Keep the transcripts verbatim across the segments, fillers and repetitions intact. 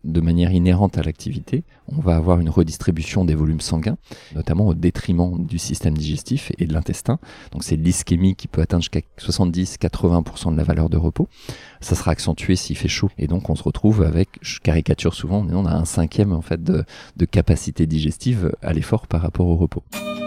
de manière inhérente à l'activité, on va avoir une redistribution des volumes sanguins, notamment au détriment du système digestif et de l'intestin. Donc c'est l'ischémie qui peut atteindre jusqu'à soixante-dix à quatre-vingts pour cent de la valeur de repos. Ça sera accentué s'il fait chaud. Et donc on se retrouve avec, je caricature souvent, mais on a un cinquième en fait de, de capacité digestive à l'effort par rapport au repos.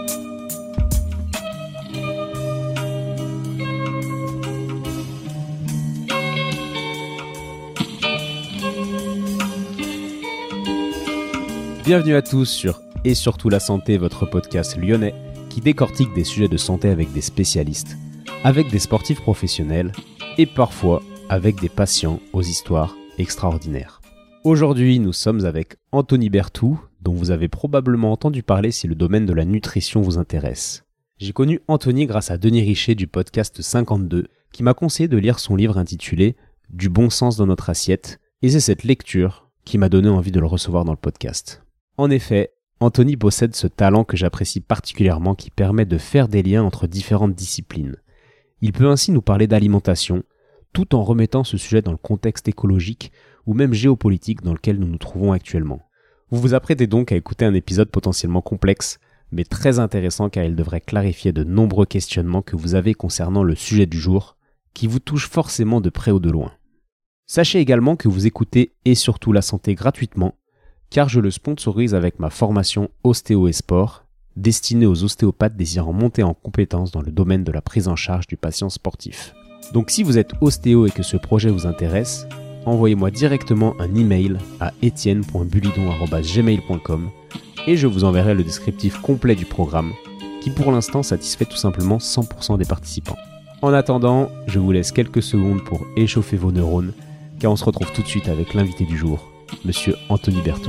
Bienvenue à tous sur Et surtout la santé, votre podcast lyonnais qui décortique des sujets de santé avec des spécialistes, avec des sportifs professionnels et parfois avec des patients aux histoires extraordinaires. Aujourd'hui, nous sommes avec Anthony Berthoud, dont vous avez probablement entendu parler si le domaine de la nutrition vous intéresse. J'ai connu Anthony grâce à Denis Richer du podcast cinquante-deux, qui m'a conseillé de lire son livre intitulé « Du bon sens dans notre assiette », et c'est cette lecture qui m'a donné envie de le recevoir dans le podcast. En effet, Anthony possède ce talent que j'apprécie particulièrement qui permet de faire des liens entre différentes disciplines. Il peut ainsi nous parler d'alimentation, tout en remettant ce sujet dans le contexte écologique ou même géopolitique dans lequel nous nous trouvons actuellement. Vous vous apprêtez donc à écouter un épisode potentiellement complexe, mais très intéressant car il devrait clarifier de nombreux questionnements que vous avez concernant le sujet du jour, qui vous touche forcément de près ou de loin. Sachez également que vous écoutez Et surtout la santé gratuitement, car je le sponsorise avec ma formation Ostéo et Sport, destinée aux ostéopathes désirant monter en compétences dans le domaine de la prise en charge du patient sportif. Donc si vous êtes ostéo et que ce projet vous intéresse, envoyez-moi directement un email à etienne point bulidon arobase gmail point com et je vous enverrai le descriptif complet du programme, qui pour l'instant satisfait tout simplement cent pour cent des participants. En attendant, je vous laisse quelques secondes pour échauffer vos neurones, car on se retrouve tout de suite avec l'invité du jour, Monsieur Anthony Berthoud.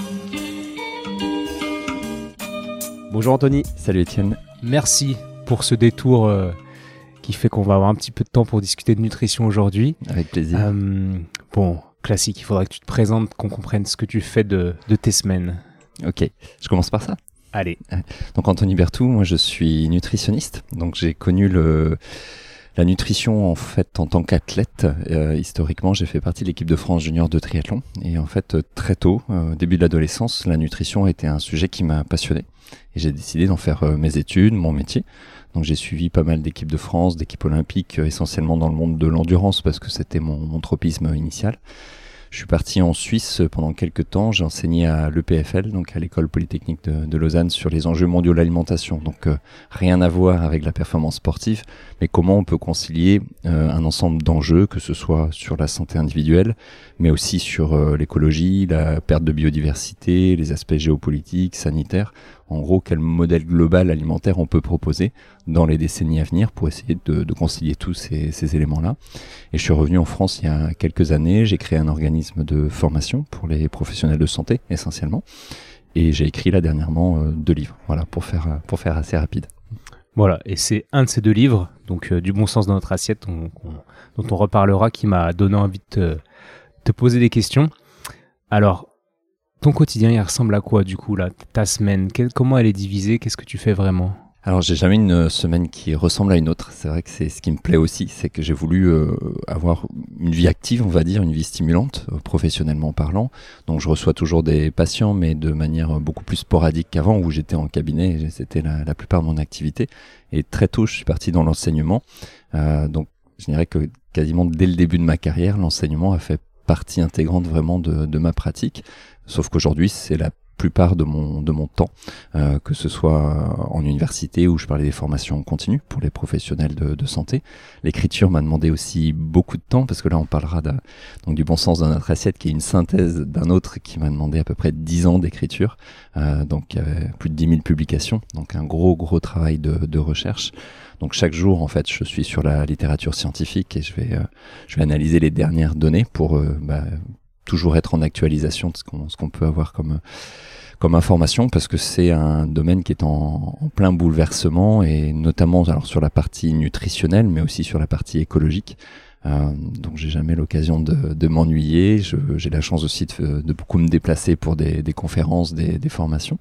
Bonjour Anthony. Salut Etienne. Merci pour ce détour euh, qui fait qu'on va avoir un petit peu de temps pour discuter de nutrition aujourd'hui. Avec plaisir. Euh, bon, classique, il faudra que tu te présentes, qu'on comprenne ce que tu fais de, de tes semaines. Ok, je commence par ça. Allez. Donc Anthony Berthoud, moi je suis nutritionniste, donc j'ai connu le... La nutrition, en fait, en tant qu'athlète, euh, historiquement, j'ai fait partie de l'équipe de France junior de triathlon. Et en fait, très tôt, euh, au début de l'adolescence, la nutrition était un sujet qui m'a passionné. Et j'ai décidé d'en faire euh, mes études, mon métier. Donc j'ai suivi pas mal d'équipes de France, d'équipes olympiques, euh, essentiellement dans le monde de l'endurance, parce que c'était mon, mon tropisme initial. Je suis parti en Suisse pendant quelques temps, j'ai enseigné à l'E P F L, donc à l'école polytechnique de, de Lausanne, sur les enjeux mondiaux de l'alimentation. Donc euh, rien à voir avec la performance sportive, mais comment on peut concilier euh, un ensemble d'enjeux, que ce soit sur la santé individuelle, mais aussi sur euh, l'écologie, la perte de biodiversité, les aspects géopolitiques, sanitaires. En gros, quel modèle global alimentaire on peut proposer dans les décennies à venir pour essayer de, de concilier tous ces, ces éléments-là. Et je suis revenu en France il y a quelques années. J'ai créé un organisme de formation pour les professionnels de santé, essentiellement. Et j'ai écrit là dernièrement euh, deux livres, voilà, pour faire, pour faire assez rapide. Voilà, et c'est un de ces deux livres, donc euh, Du bon sens dans notre assiette, on, on, dont on reparlera, qui m'a donné envie de te, te poser des questions. Alors, ton quotidien, il ressemble à quoi du coup là, ta semaine? Quelle, comment elle est divisée? Qu'est-ce que tu fais vraiment? Alors j'ai jamais une semaine qui ressemble à une autre. C'est vrai que c'est ce qui me plaît aussi, c'est que j'ai voulu euh, avoir une vie active, on va dire, une vie stimulante, euh, professionnellement parlant. Donc je reçois toujours des patients, mais de manière beaucoup plus sporadique qu'avant, où j'étais en cabinet, et c'était la, la plupart de mon activité. Et très tôt, je suis parti dans l'enseignement. Euh, donc je dirais que quasiment dès le début de ma carrière, l'enseignement a fait partie intégrante vraiment de, de ma pratique. Sauf qu'aujourd'hui, c'est la plupart de mon de mon temps, euh, que ce soit en université où je parlais des formations continues pour les professionnels de, de santé. L'écriture m'a demandé aussi beaucoup de temps, parce que là on parlera de, donc du bon sens dans notre assiette, qui est une synthèse d'un autre qui m'a demandé à peu près dix ans d'écriture, euh, donc il y avait plus de dix mille publications, donc un gros gros travail de, de recherche. Donc chaque jour, en fait, je suis sur la littérature scientifique et je vais euh, je vais analyser les dernières données pour euh, bah, toujours être en actualisation de ce qu'on, ce qu'on peut avoir comme, comme information, parce que c'est un domaine qui est en, en plein bouleversement, et notamment alors sur la partie nutritionnelle, mais aussi sur la partie écologique. Euh, donc j'ai jamais l'occasion de, de m'ennuyer. Je, j'ai la chance aussi de, de beaucoup me déplacer pour des, des conférences, des, des formations.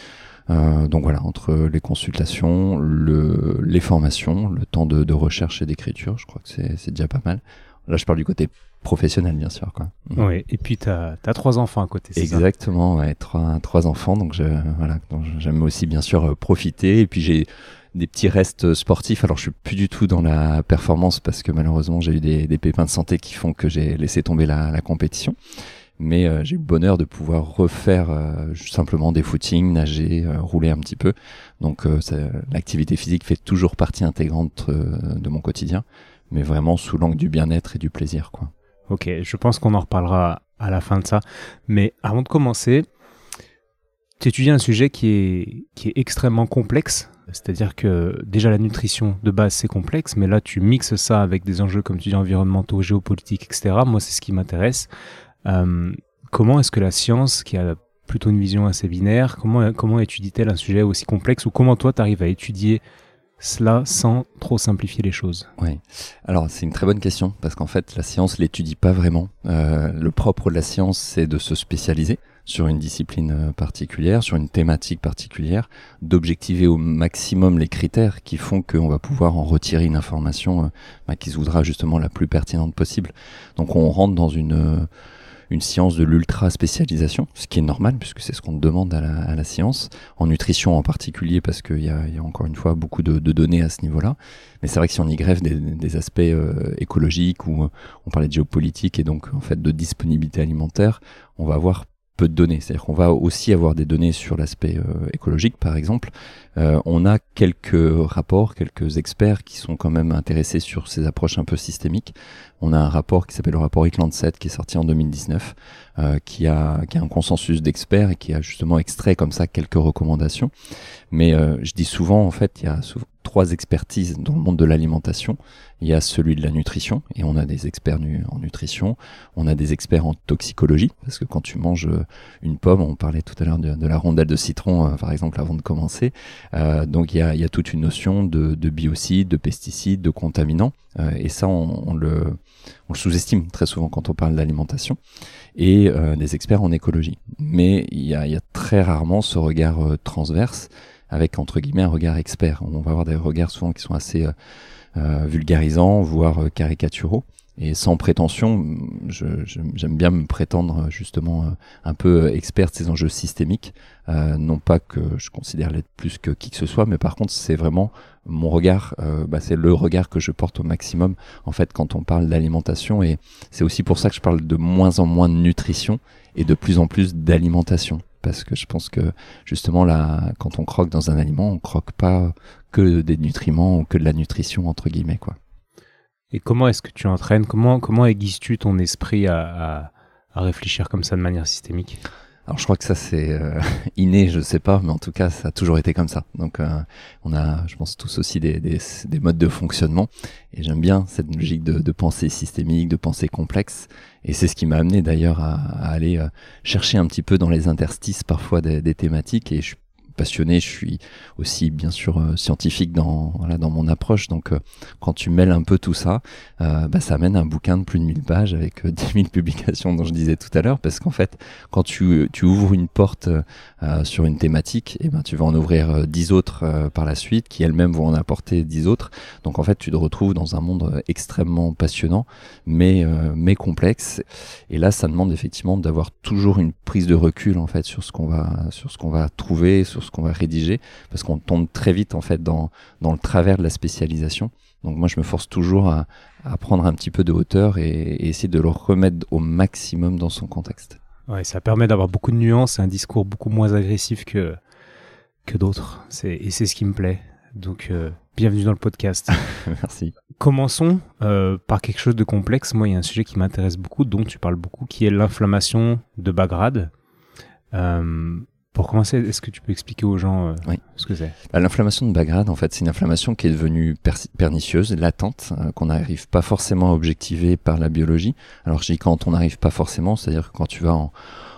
Euh, donc voilà, entre les consultations, le, les formations, le temps de, de recherche et d'écriture, je crois que c'est, c'est déjà pas mal. Là, je parle du côté professionnel, bien sûr, quoi. Oui, et puis tu as trois enfants à côté, c'est Exactement, ça ouais, trois, trois enfants, donc je, voilà, donc j'aime aussi bien sûr euh, profiter, et puis j'ai des petits restes sportifs. Alors je suis plus du tout dans la performance parce que malheureusement j'ai eu des, des pépins de santé qui font que j'ai laissé tomber la, la compétition, mais euh, j'ai eu le bonheur de pouvoir refaire euh, simplement des footings, nager, euh, rouler un petit peu, donc euh, ça, l'activité physique fait toujours partie intégrante euh, de mon quotidien, mais vraiment sous l'angle du bien-être et du plaisir, quoi. Ok, je pense qu'on en reparlera à la fin de ça. Mais avant de commencer, tu étudies un sujet qui est, qui est extrêmement complexe. C'est-à-dire que déjà la nutrition de base c'est complexe, mais là tu mixes ça avec des enjeux comme tu dis environnementaux, géopolitiques, et cetera. Moi c'est ce qui m'intéresse. Euh, comment est-ce que la science, qui a plutôt une vision assez binaire, comment, comment étudie-t-elle un sujet aussi complexe, ou comment toi tu arrives à étudier cela sans trop simplifier les choses? Oui, alors c'est une très bonne question parce qu'en fait la science l'étudie pas vraiment. Euh, le propre de la science c'est de se spécialiser sur une discipline particulière, sur une thématique particulière, d'objectiver au maximum les critères qui font qu'on va pouvoir en retirer une information euh, bah, qui se voudra justement la plus pertinente possible. Donc on rentre dans une... Euh, une science de l'ultra spécialisation, ce qui est normal puisque c'est ce qu'on demande à la, à la science, en nutrition en particulier parce qu'il y a, y a encore une fois beaucoup de, de données à ce niveau-là. Mais c'est vrai que si on y greffe des, des aspects euh, écologiques ou euh, on parlait de géopolitique et donc en fait de disponibilité alimentaire, on va avoir peu de données. C'est-à-dire qu'on va aussi avoir des données sur l'aspect euh, écologique, par exemple. Euh, on a quelques rapports, quelques experts qui sont quand même intéressés sur ces approches un peu systémiques. On a un rapport qui s'appelle le rapport Eat-Lancet qui est sorti en deux mille dix-neuf, euh, qui a qui a un consensus d'experts et qui a justement extrait comme ça quelques recommandations. Mais euh, je dis souvent, en fait, il y a souvent trois expertises dans le monde de l'alimentation. Il y a celui de la nutrition, et on a des experts nu- en nutrition, on a des experts en toxicologie, parce que quand tu manges une pomme, on parlait tout à l'heure de, de la rondelle de citron, euh, par exemple, avant de commencer, euh, donc il y a, il y a toute une notion de, de biocides, de pesticides, de contaminants, euh, et ça, on, on, le, on le sous-estime très souvent quand on parle d'alimentation, et euh, des experts en écologie. Mais il y a, il y a très rarement ce regard euh, transverse, avec entre guillemets un regard expert. On va avoir des regards souvent qui sont assez... Euh, Euh, vulgarisants, voire euh, caricaturaux. Et sans prétention, je, je, j'aime bien me prétendre justement euh, un peu expert de ces enjeux systémiques. Euh, non pas que je considère l'être plus que qui que ce soit, mais par contre c'est vraiment mon regard, euh, bah, c'est le regard que je porte au maximum en fait quand on parle d'alimentation. Et c'est aussi pour ça que je parle de moins en moins de nutrition et de plus en plus d'alimentation. Parce que je pense que justement là, quand on croque dans un aliment, on croque pas que des nutriments ou que de la nutrition entre guillemets, quoi. Et comment est-ce que tu entraînes, comment, comment aiguises-tu ton esprit à, à, à réfléchir comme ça de manière systémique? Alors je crois que ça c'est euh, inné, je sais pas, mais en tout cas ça a toujours été comme ça. Donc euh, on a, je pense tous aussi des, des, des modes de fonctionnement, et j'aime bien cette logique de, de pensée systémique, de pensée complexe, et c'est ce qui m'a amené d'ailleurs à, à aller euh, chercher un petit peu dans les interstices parfois des, des thématiques, et je suis passionné, je suis aussi bien sûr euh, scientifique dans voilà dans mon approche, donc euh, quand tu mêles un peu tout ça, euh, bah ça amène un bouquin de plus de mille pages avec euh, dix mille publications dont je disais tout à l'heure, parce qu'en fait quand tu tu ouvres une porte euh, sur une thématique, et ben tu vas en ouvrir euh, dix autres euh, par la suite qui elles-mêmes vont en apporter dix autres, donc en fait tu te retrouves dans un monde extrêmement passionnant mais euh, mais complexe, et là ça demande effectivement d'avoir toujours une prise de recul en fait sur ce qu'on va sur ce qu'on va trouver, sur ce qu'on va rédiger, parce qu'on tombe très vite en fait dans dans le travers de la spécialisation. Donc moi je me force toujours à, à prendre un petit peu de hauteur et, et essayer de le remettre au maximum dans son contexte. Ouais, ça permet d'avoir beaucoup de nuances et un discours beaucoup moins agressif que que d'autres. C'est et c'est ce qui me plaît. Donc euh, bienvenue dans le podcast. Merci. Commençons euh, par quelque chose de complexe. Moi, il y a un sujet qui m'intéresse beaucoup, dont tu parles beaucoup, qui est l'inflammation de bas grade. Euh, Pour commencer, est-ce que tu peux expliquer aux gens euh, oui. ce que c'est? Bah, l'inflammation de bas grade, en fait, c'est une inflammation qui est devenue per- pernicieuse, latente, euh, qu'on n'arrive pas forcément à objectiver par la biologie. Alors je dis quand on n'arrive pas forcément, c'est-à-dire que quand tu vas en,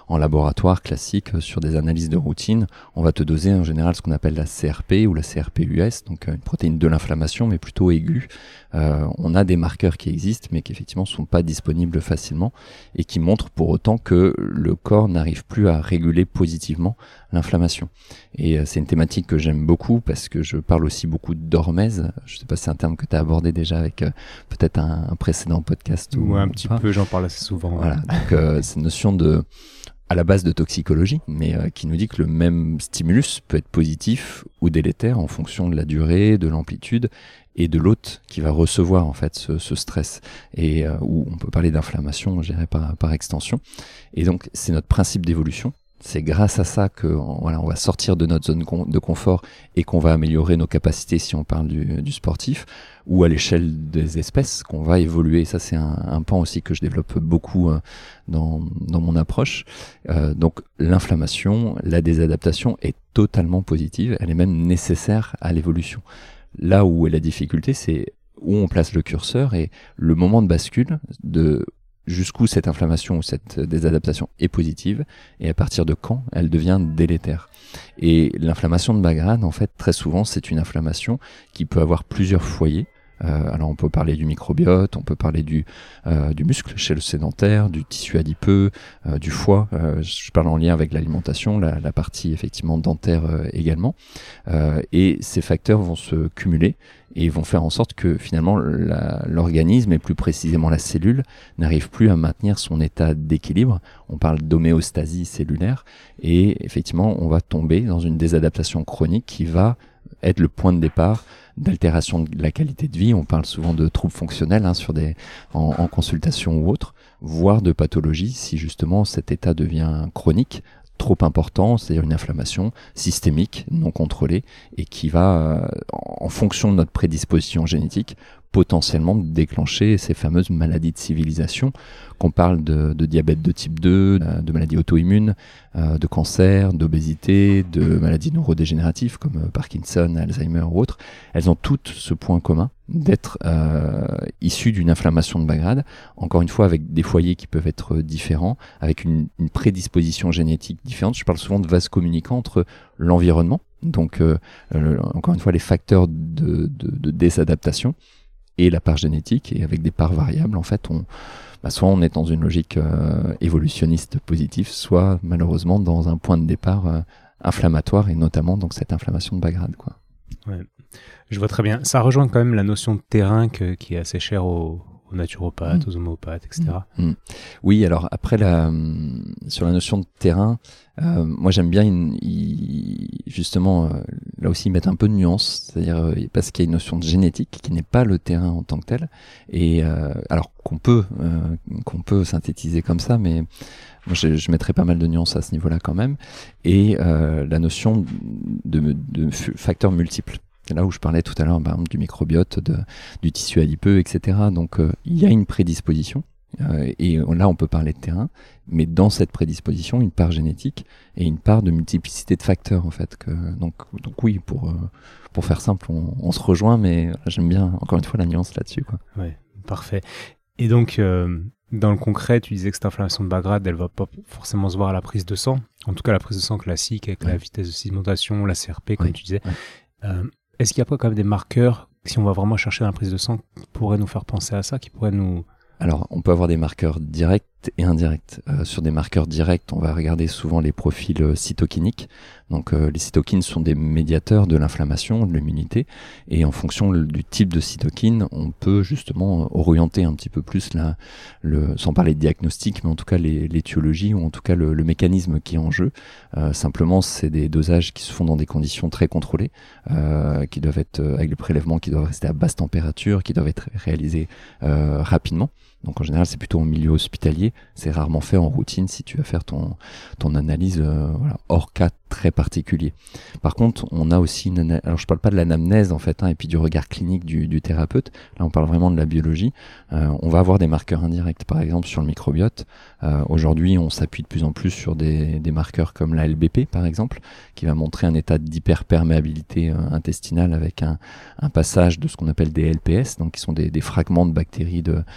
en laboratoire classique, euh, sur des analyses de routine, on va te doser en général ce qu'on appelle la C R P ou la C R P U S, donc euh, une protéine de l'inflammation, mais plutôt aiguë. Euh, on a des marqueurs qui existent, mais qui effectivement ne sont pas disponibles facilement et qui montrent pour autant que le corps n'arrive plus à réguler positivement l'inflammation. Et euh, c'est une thématique que j'aime beaucoup parce que je parle aussi beaucoup d'hormèse. Je ne sais pas si c'est un terme que tu as abordé déjà avec euh, peut-être un, un précédent podcast. Ou ou un petit pas. peu, j'en parle assez souvent. Voilà, donc euh, c'est une notion de à la base de toxicologie, mais euh, qui nous dit que le même stimulus peut être positif ou délétère en fonction de la durée, de l'amplitude et de l'hôte qui va recevoir en fait ce, ce stress, et euh, où on peut parler d'inflammation, je dirais par, par extension. Et donc c'est notre principe d'évolution. C'est grâce à ça que voilà, on va sortir de notre zone de confort et qu'on va améliorer nos capacités si on parle du, du sportif, ou à l'échelle des espèces qu'on va évoluer. Ça, c'est un, un pan aussi que je développe beaucoup euh, dans, dans mon approche. Euh, donc l'inflammation, la désadaptation est totalement positive, elle est même nécessaire à l'évolution. Là où est la difficulté, c'est où on place le curseur et le moment de bascule de jusqu'où cette inflammation ou cette désadaptation est positive et à partir de quand elle devient délétère. Et l'inflammation de bas grade, en fait, très souvent, c'est une inflammation qui peut avoir plusieurs foyers. Euh, alors on peut parler du microbiote, on peut parler du, euh, du muscle chez le sédentaire, du tissu adipeux, euh, du foie. Euh, je parle en lien avec l'alimentation, la, la partie effectivement dentaire euh, également. Euh, et ces facteurs vont se cumuler et vont faire en sorte que finalement la, l'organisme, et plus précisément la cellule, n'arrive plus à maintenir son état d'équilibre. On parle d'homéostasie cellulaire et effectivement on va tomber dans une désadaptation chronique qui va être le point de départ d'altération de la qualité de vie. On parle souvent de troubles fonctionnels hein, sur des, en, en consultation ou autre, voire de pathologie si justement cet état devient chronique, trop important, c'est-à-dire une inflammation systémique non contrôlée et qui va, euh, en fonction de notre prédisposition génétique, potentiellement déclencher ces fameuses maladies de civilisation, qu'on parle de, de diabète de type deux, de maladies auto-immunes, euh, de cancer, d'obésité, de maladies neurodégénératives comme Parkinson, Alzheimer ou autres. Elles ont toutes ce point commun d'être euh, issues d'une inflammation de bas grade, encore une fois avec des foyers qui peuvent être différents, avec une, une prédisposition génétique différente. Je parle souvent de vases communicants entre l'environnement, donc euh, le, encore une fois les facteurs de, de, de désadaptation, et la part génétique, et avec des parts variables, en fait, on, bah soit on est dans une logique euh, évolutionniste positive, soit malheureusement dans un point de départ euh, inflammatoire, et notamment donc cette inflammation de bas grade, quoi. Ouais. Je vois très bien. Ça rejoint quand même la notion de terrain que, qui est assez chère aux, aux naturopathes, mmh. aux homéopathes, et cetera. Mmh. Oui, alors après, la, sur la notion de terrain, euh, moi j'aime bien une, y, justement euh, là aussi mettre un peu de nuance, c'est-à-dire euh, parce qu'il y a une notion de génétique qui n'est pas le terrain en tant que tel, et euh, alors qu'on peut euh, qu'on peut synthétiser comme ça, mais moi je, je mettrais pas mal de nuances à ce niveau-là quand même, et euh, la notion de, de facteurs multiples. Là où je parlais tout à l'heure, par exemple, du microbiote, de, du tissu adipeux, et cetera. Donc, euh, il y a une prédisposition, euh, et là, on peut parler de terrain, mais dans cette prédisposition, une part génétique et une part de multiplicité de facteurs, en fait. Que, donc, donc oui, pour, euh, pour faire simple, on, on se rejoint, mais j'aime bien, encore une fois, la nuance là-dessus, quoi. Ouais, parfait. Et donc, euh, dans le concret, tu disais que cette inflammation de bas grade, elle va pas forcément se voir à la prise de sang. En tout cas, la prise de sang classique, avec ouais. la vitesse de sédimentation, la C R P, comme ouais. tu disais. Ouais. Euh, Est-ce qu'il n'y a pas quand même des marqueurs, si on va vraiment chercher dans la prise de sang, qui pourraient nous faire penser à ça, qui pourraient nous... Alors, on peut avoir des marqueurs directs et indirects. Euh, sur des marqueurs directs, on va regarder souvent les profils euh, cytokiniques. Donc, euh, les cytokines sont des médiateurs de l'inflammation, de l'immunité. Et en fonction le, du type de cytokine, on peut justement orienter un petit peu plus, la, le, sans parler de diagnostic, mais en tout cas les, l'étiologie ou en tout cas le, le mécanisme qui est en jeu. Euh, simplement, c'est des dosages qui se font dans des conditions très contrôlées, euh, qui doivent être avec le prélèvement, qui doivent rester à basse température, qui doivent être réalisés euh, rapidement. Donc en général, c'est plutôt en milieu hospitalier. C'est rarement fait en routine si tu vas faire ton, ton analyse euh, voilà, hors cas très particulier. Par contre, on a aussi une ana- alors je parle pas de l'anamnèse en fait, hein, et puis du regard clinique du, du thérapeute. Là, on parle vraiment de la biologie. Euh, on va avoir des marqueurs indirects, par exemple sur le microbiote. Euh, aujourd'hui, on s'appuie de plus en plus sur des, des marqueurs comme la L B P, par exemple, qui va montrer un état d'hyperperméabilité euh, intestinale avec un, un passage de ce qu'on appelle des L P S, donc qui sont des, des fragments de bactéries de, euh,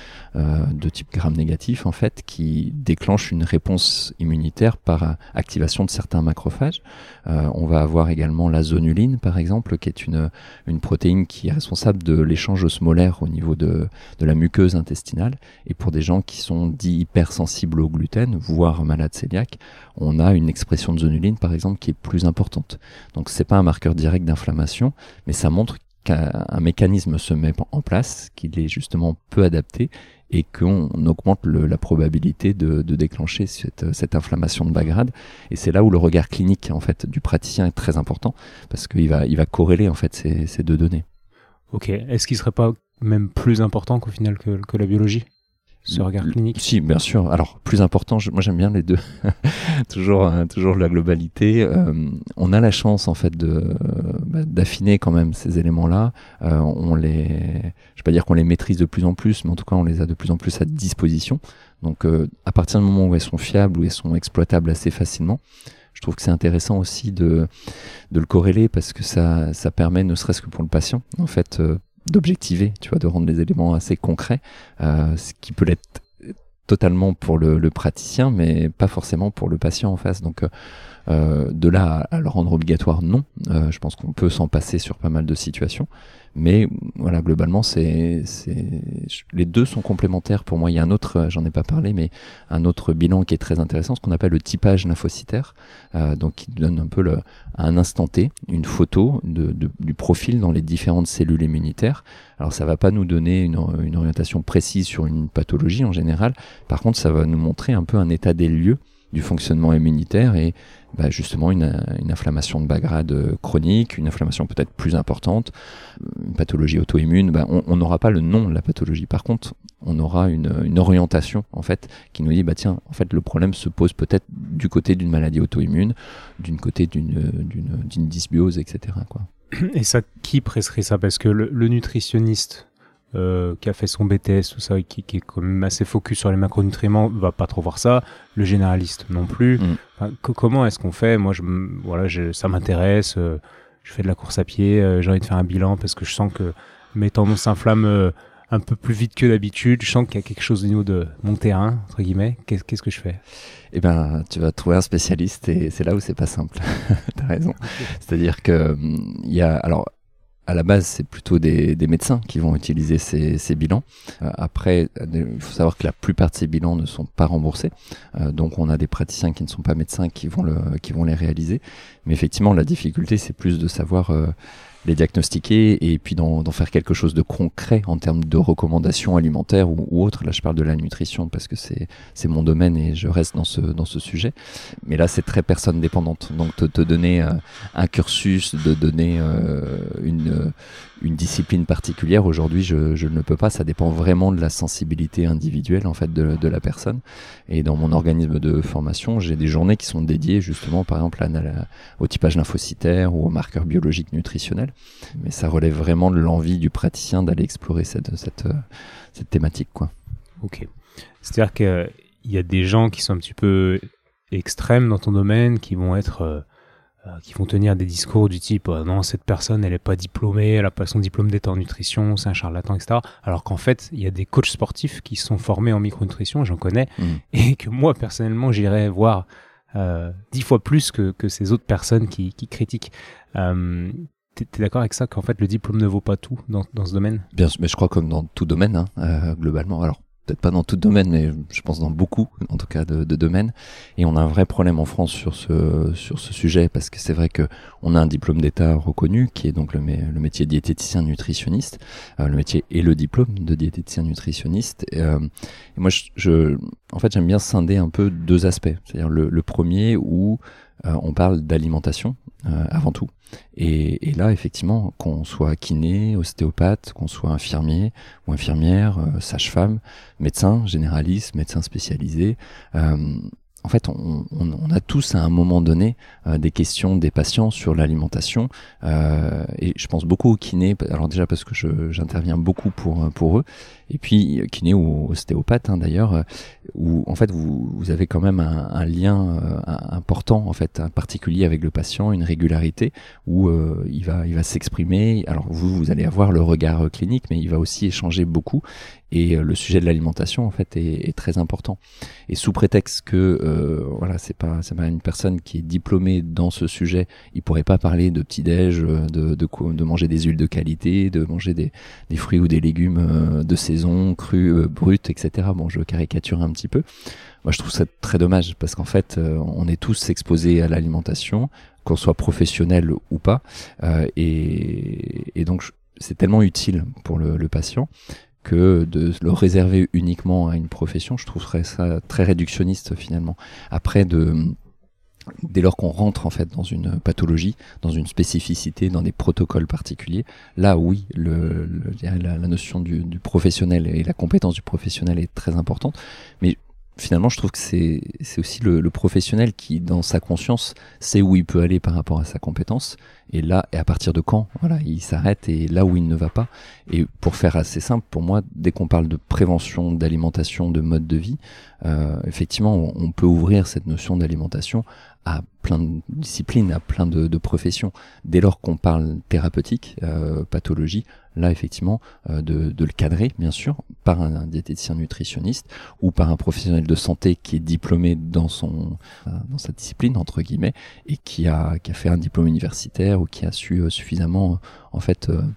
euh, de type gram négatif en fait, qui déclenchent une réponse immunitaire par euh, activation de certains macrophages. Euh, on va avoir également la zonuline par exemple, qui est une, une protéine qui est responsable de l'échange osmolaire au niveau de, de la muqueuse intestinale. Et pour des gens qui sont dits hypersensibles au gluten, voire malades cœliaques, on a une expression de zonuline par exemple qui est plus importante. Donc c'est pas un marqueur direct d'inflammation, mais ça montre qu'un mécanisme se met en place, qu'il est justement peu adapté et qu'on augmente le, la probabilité de, de déclencher cette, cette inflammation de bas grade. Et c'est là où le regard clinique en fait du praticien est très important, parce qu'il va, il va corréler en fait ces, ces deux données. Ok. Est-ce qu'il serait pas même plus important qu'au final que, que la biologie, ce regard clinique? Si, bien sûr. Alors, plus important, je, moi j'aime bien les deux. toujours, euh, toujours la globalité. Euh, on a la chance en fait de euh, bah, d'affiner quand même ces éléments-là. Euh, on les, je vais pas dire qu'on les maîtrise de plus en plus, mais en tout cas on les a de plus en plus à disposition. Donc, euh, à partir du moment où elles sont fiables, où elles sont exploitables assez facilement, je trouve que c'est intéressant aussi de de le corréler, parce que ça ça permet, ne serait-ce que pour le patient, en fait. Euh, d'objectiver, tu vois, de rendre les éléments assez concrets, euh, ce qui peut l'être totalement pour le, le praticien, mais pas forcément pour le patient en face. Donc, euh, de là à, à le rendre obligatoire, non. Euh, je pense qu'on peut s'en passer sur pas mal de situations, mais voilà, globalement, c'est, c'est, les deux sont complémentaires pour moi. Il y a un autre, j'en ai pas parlé, mais un autre bilan qui est très intéressant, ce qu'on appelle le typage lymphocytaire, euh, donc qui donne un peu le, à un instant T une photo de, de, du profil dans les différentes cellules immunitaires. Alors ça va pas nous donner une, une orientation précise sur une pathologie en général. Par contre, ça va nous montrer un peu un état des lieux du fonctionnement immunitaire et bah, justement une, une inflammation de bas grade chronique, une inflammation peut-être plus importante, une pathologie auto-immune. Bah, on n'aura pas le nom de la pathologie. Par contre, on aura une, une orientation en fait qui nous dit bah tiens, en fait le problème se pose peut-être du côté d'une maladie auto-immune, d'une côté d'une, d'une, d'une dysbiose, et cetera quoi. Et ça, qui prescrit ça? Parce que le, le nutritionniste Euh, qui a fait son B T S, tout ça, qui, qui est quand même assez focus sur les macronutriments, va pas trop voir ça. Le généraliste non plus. Mm. Enfin, que, comment est-ce qu'on fait? Moi, je, voilà, je, ça m'intéresse. Euh, je fais de la course à pied. Euh, j'ai envie de faire un bilan parce que je sens que mes tendons s'inflamment euh, un peu plus vite que d'habitude. Je sens qu'il y a quelque chose au niveau de mon terrain, entre guillemets. Qu'est-ce, qu'est-ce que je fais? Eh ben, tu vas trouver un spécialiste et c'est là où c'est pas simple. T'as raison. C'est-à-dire que il y a, alors. À la base, c'est plutôt des, des médecins qui vont utiliser ces, ces bilans. Euh, après, il faut savoir que la plupart de ces bilans ne sont pas remboursés. Euh, donc, on a des praticiens qui ne sont pas médecins qui vont, le, qui vont les réaliser. Mais effectivement, la difficulté, c'est plus de savoir euh, les diagnostiquer et puis d'en, d'en faire quelque chose de concret en termes de recommandations alimentaires ou, ou autres. Là, je parle de la nutrition parce que c'est, c'est mon domaine et je reste dans ce, dans ce sujet. Mais là, c'est très personne dépendante. Donc, te, te donner euh, un cursus, de donner euh, une, une discipline particulière, aujourd'hui, je, je ne peux pas. Ça dépend vraiment de la sensibilité individuelle, en fait, de, de la personne. Et dans mon organisme de formation, j'ai des journées qui sont dédiées, justement, par exemple, à, à, au typage lymphocytaire ou aux marqueurs biologiques nutritionnels. Mais ça relève vraiment de l'envie du praticien d'aller explorer cette, cette, cette thématique, quoi. Ok. C'est-à-dire qu'il y a des gens qui sont un petit peu extrêmes dans ton domaine, qui vont être, euh, euh, qui vont tenir des discours du type euh, non, cette personne, elle est pas diplômée, elle a pas son diplôme d'état en nutrition, c'est un charlatan, et cetera. Alors qu'en fait, il y a des coachs sportifs qui sont formés en micronutrition, j'en connais, mmh. et que moi personnellement, j'irais voir euh, dix fois plus que, que ces autres personnes qui, qui critiquent. Euh, T'es, t'es d'accord avec ça, qu'en fait le diplôme ne vaut pas tout dans, dans ce domaine? Bien sûr, mais je crois comme dans tout domaine, hein, euh, globalement. Alors peut-être pas dans tout domaine, mais je pense dans beaucoup, en tout cas, de, de domaines. Et on a un vrai problème en France sur ce sur ce sujet, parce que c'est vrai que on a un diplôme d'État reconnu, qui est donc le, le métier diététicien nutritionniste, euh, le métier et le diplôme de diététicien nutritionniste. Et, euh, et moi, je, je, en fait, j'aime bien scinder un peu deux aspects. C'est-à-dire le, le premier où euh, on parle d'alimentation euh, avant tout. Et, et là, effectivement, qu'on soit kiné, ostéopathe, qu'on soit infirmier ou infirmière, euh, sage-femme, médecin généraliste, médecin spécialisé, euh, en en fait, on, on, on a tous à un moment donné euh, des questions des patients sur l'alimentation, euh, et je pense beaucoup aux kinés. Alors déjà parce que je, j'interviens beaucoup pour pour eux, et puis kinés ou ostéopathes hein, d'ailleurs, où en fait vous, vous avez quand même un, un lien euh, important en fait, un particulier avec le patient, une régularité où euh, il va il va s'exprimer. Alors vous vous allez avoir le regard clinique, mais il va aussi échanger beaucoup. Et le sujet de l'alimentation en fait est, est très important. Et sous prétexte que euh, voilà c'est pas c'est pas une personne qui est diplômée dans ce sujet, il pourrait pas parler de petit déj, de de, de manger des huiles de qualité, de manger des des fruits ou des légumes de saison, crus, euh, bruts, et cetera. Bon, je caricature un petit peu. Moi, je trouve ça très dommage parce qu'en fait, euh, on est tous exposés à l'alimentation, qu'on soit professionnel ou pas, euh, et, et donc c'est tellement utile pour le, le patient que de le réserver uniquement à une profession, je trouverais ça très réductionniste finalement. Après, de, dès lors qu'on rentre en fait dans une pathologie, dans une spécificité, dans des protocoles particuliers, là oui, le, le, la, la notion du, du professionnel et la compétence du professionnel est très importante, mais finalement, je trouve que c'est c'est aussi le, le professionnel qui, dans sa conscience, sait où il peut aller par rapport à sa compétence. Et là, et à partir de quand, voilà, il s'arrête et là où il ne va pas. Et pour faire assez simple, pour moi, dès qu'on parle de prévention, d'alimentation, de mode de vie, euh, effectivement, on, on peut ouvrir cette notion d'alimentation à plein de disciplines, à plein de, de professions. Dès lors qu'on parle thérapeutique, euh, pathologie, là effectivement, euh, de, de le cadrer, bien sûr, par un, un diététicien nutritionniste ou par un professionnel de santé qui est diplômé dans son euh, dans sa discipline entre guillemets et qui a qui a fait un diplôme universitaire ou qui a su euh, suffisamment euh, en fait euh,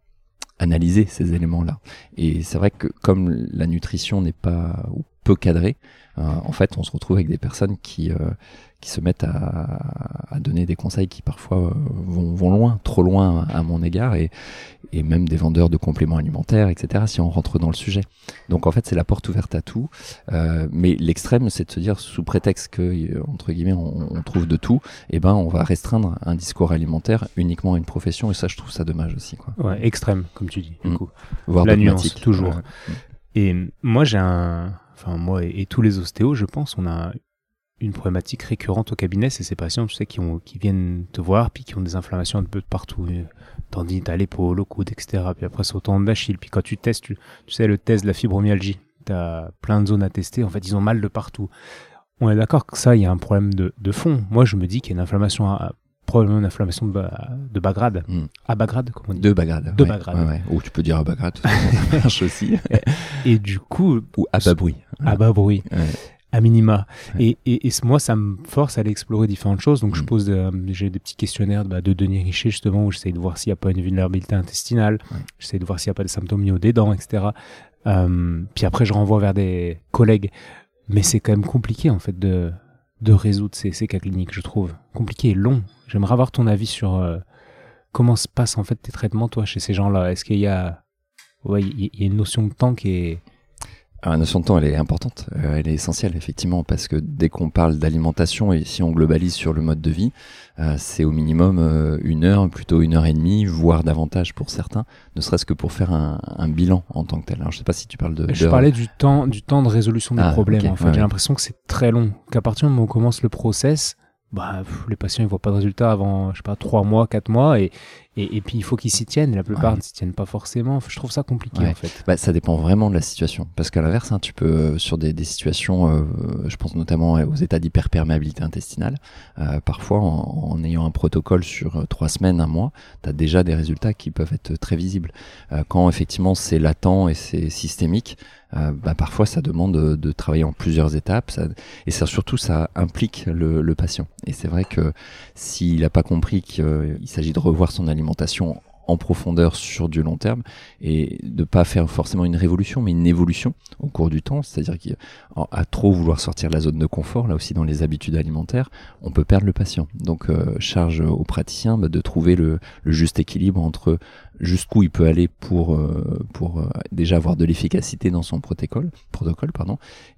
analyser ces éléments-là. Et c'est vrai que comme la nutrition n'est pas ou peu cadrée, euh, en fait, on se retrouve avec des personnes qui euh, qui se mettent à, à donner des conseils qui parfois euh, vont, vont loin, trop loin à mon égard, et, et même des vendeurs de compléments alimentaires, et cetera, si on rentre dans le sujet. Donc en fait, c'est la porte ouverte à tout, euh, mais l'extrême, c'est de se dire, sous prétexte que, entre guillemets, on, on trouve de tout, eh ben, on va restreindre un discours alimentaire uniquement à une profession, et ça, je trouve ça dommage aussi, quoi. Ouais, extrême, comme tu dis, du mmh. coup. Voire la dogmatique. Nuance, toujours. Ouais. Et moi, j'ai un... Enfin, moi et, et tous les ostéos, je pense, on a une problématique récurrente au cabinet, c'est ces patients, tu sais, qui, ont, qui viennent te voir, puis qui ont des inflammations un peu de partout, tendinite à l'épaule, au coude, et cetera. Puis après, c'est au tendon d'Achille. Puis quand tu testes, tu, tu sais, le test de la fibromyalgie, tu as plein de zones à tester. En fait, ils ont mal de partout. On est d'accord que ça, il y a un problème de, de fond. Moi, je me dis qu'il y a une inflammation, à, probablement une inflammation de bas, de bas grade. Mm. À bas grade, comment on dit ? De bas grade. De ouais, bas grade. Ouais, ouais. Ou tu peux dire à bas grade, ça marche aussi. et, et du coup... Ou à bas bruit. À bas bruit. Ouais. À minima. Ouais. Et, et, et moi, ça me force à aller explorer différentes choses. Donc, mmh. je pose, euh, j'ai des petits questionnaires bah, de Denis Richer, justement, où j'essaie de voir s'il n'y a pas une vulnérabilité intestinale. Ouais. J'essaie de voir s'il n'y a pas des symptômes liés aux des dents, et cetera. Euh, puis après, je renvoie vers des collègues. Mais c'est quand même compliqué, en fait, de, de résoudre ces, ces cas cliniques, je trouve. Compliqué et long. J'aimerais avoir ton avis sur euh, comment se passent, en fait, tes traitements, toi, chez ces gens-là. Est-ce qu'il y a, ouais, il y a une notion de temps qui est... Alors, la notion de temps, elle est importante, euh, elle est essentielle, effectivement, parce que dès qu'on parle d'alimentation, et si on globalise sur le mode de vie, euh, c'est au minimum euh, une heure, plutôt une heure et demie, voire davantage pour certains, ne serait-ce que pour faire un, un bilan en tant que tel. Alors, je sais pas si tu parles de... Je d'heure... parlais du temps, du temps de résolution des ah, problèmes, okay, en fait. ouais, J'ai ouais. l'impression que c'est très long, qu'à partir du moment où on commence le process, bah, pff, les patients ils voient pas de résultat avant, je sais pas, trois mois, quatre mois, et, et, et puis il faut qu'ils s'y tiennent, et la plupart ouais. ne s'y tiennent pas forcément. Je trouve ça compliqué, ouais. en fait. Bah, ça dépend vraiment de la situation, parce qu'à l'inverse, hein, tu peux, sur des, des situations, euh, je pense notamment aux états d'hyperperméabilité intestinale, euh, parfois en, en ayant un protocole sur trois semaines, un mois, tu as déjà des résultats qui peuvent être très visibles. Euh, quand effectivement c'est latent et c'est systémique, Euh, bah, parfois ça demande de, de travailler en plusieurs étapes, ça, et ça surtout ça implique le, le patient. Et c'est vrai que s'il n'a pas compris qu'il euh, s'agit de revoir son alimentation en profondeur sur du long terme et de pas faire forcément une révolution mais une évolution au cours du temps, c'est-à-dire qu'à trop vouloir sortir de la zone de confort, là aussi dans les habitudes alimentaires, on peut perdre le patient. Donc euh, charge aux praticiens bah, de trouver le, le juste équilibre entre jusqu'où il peut aller pour euh, pour euh, déjà avoir de l'efficacité dans son protocole protocole pardon et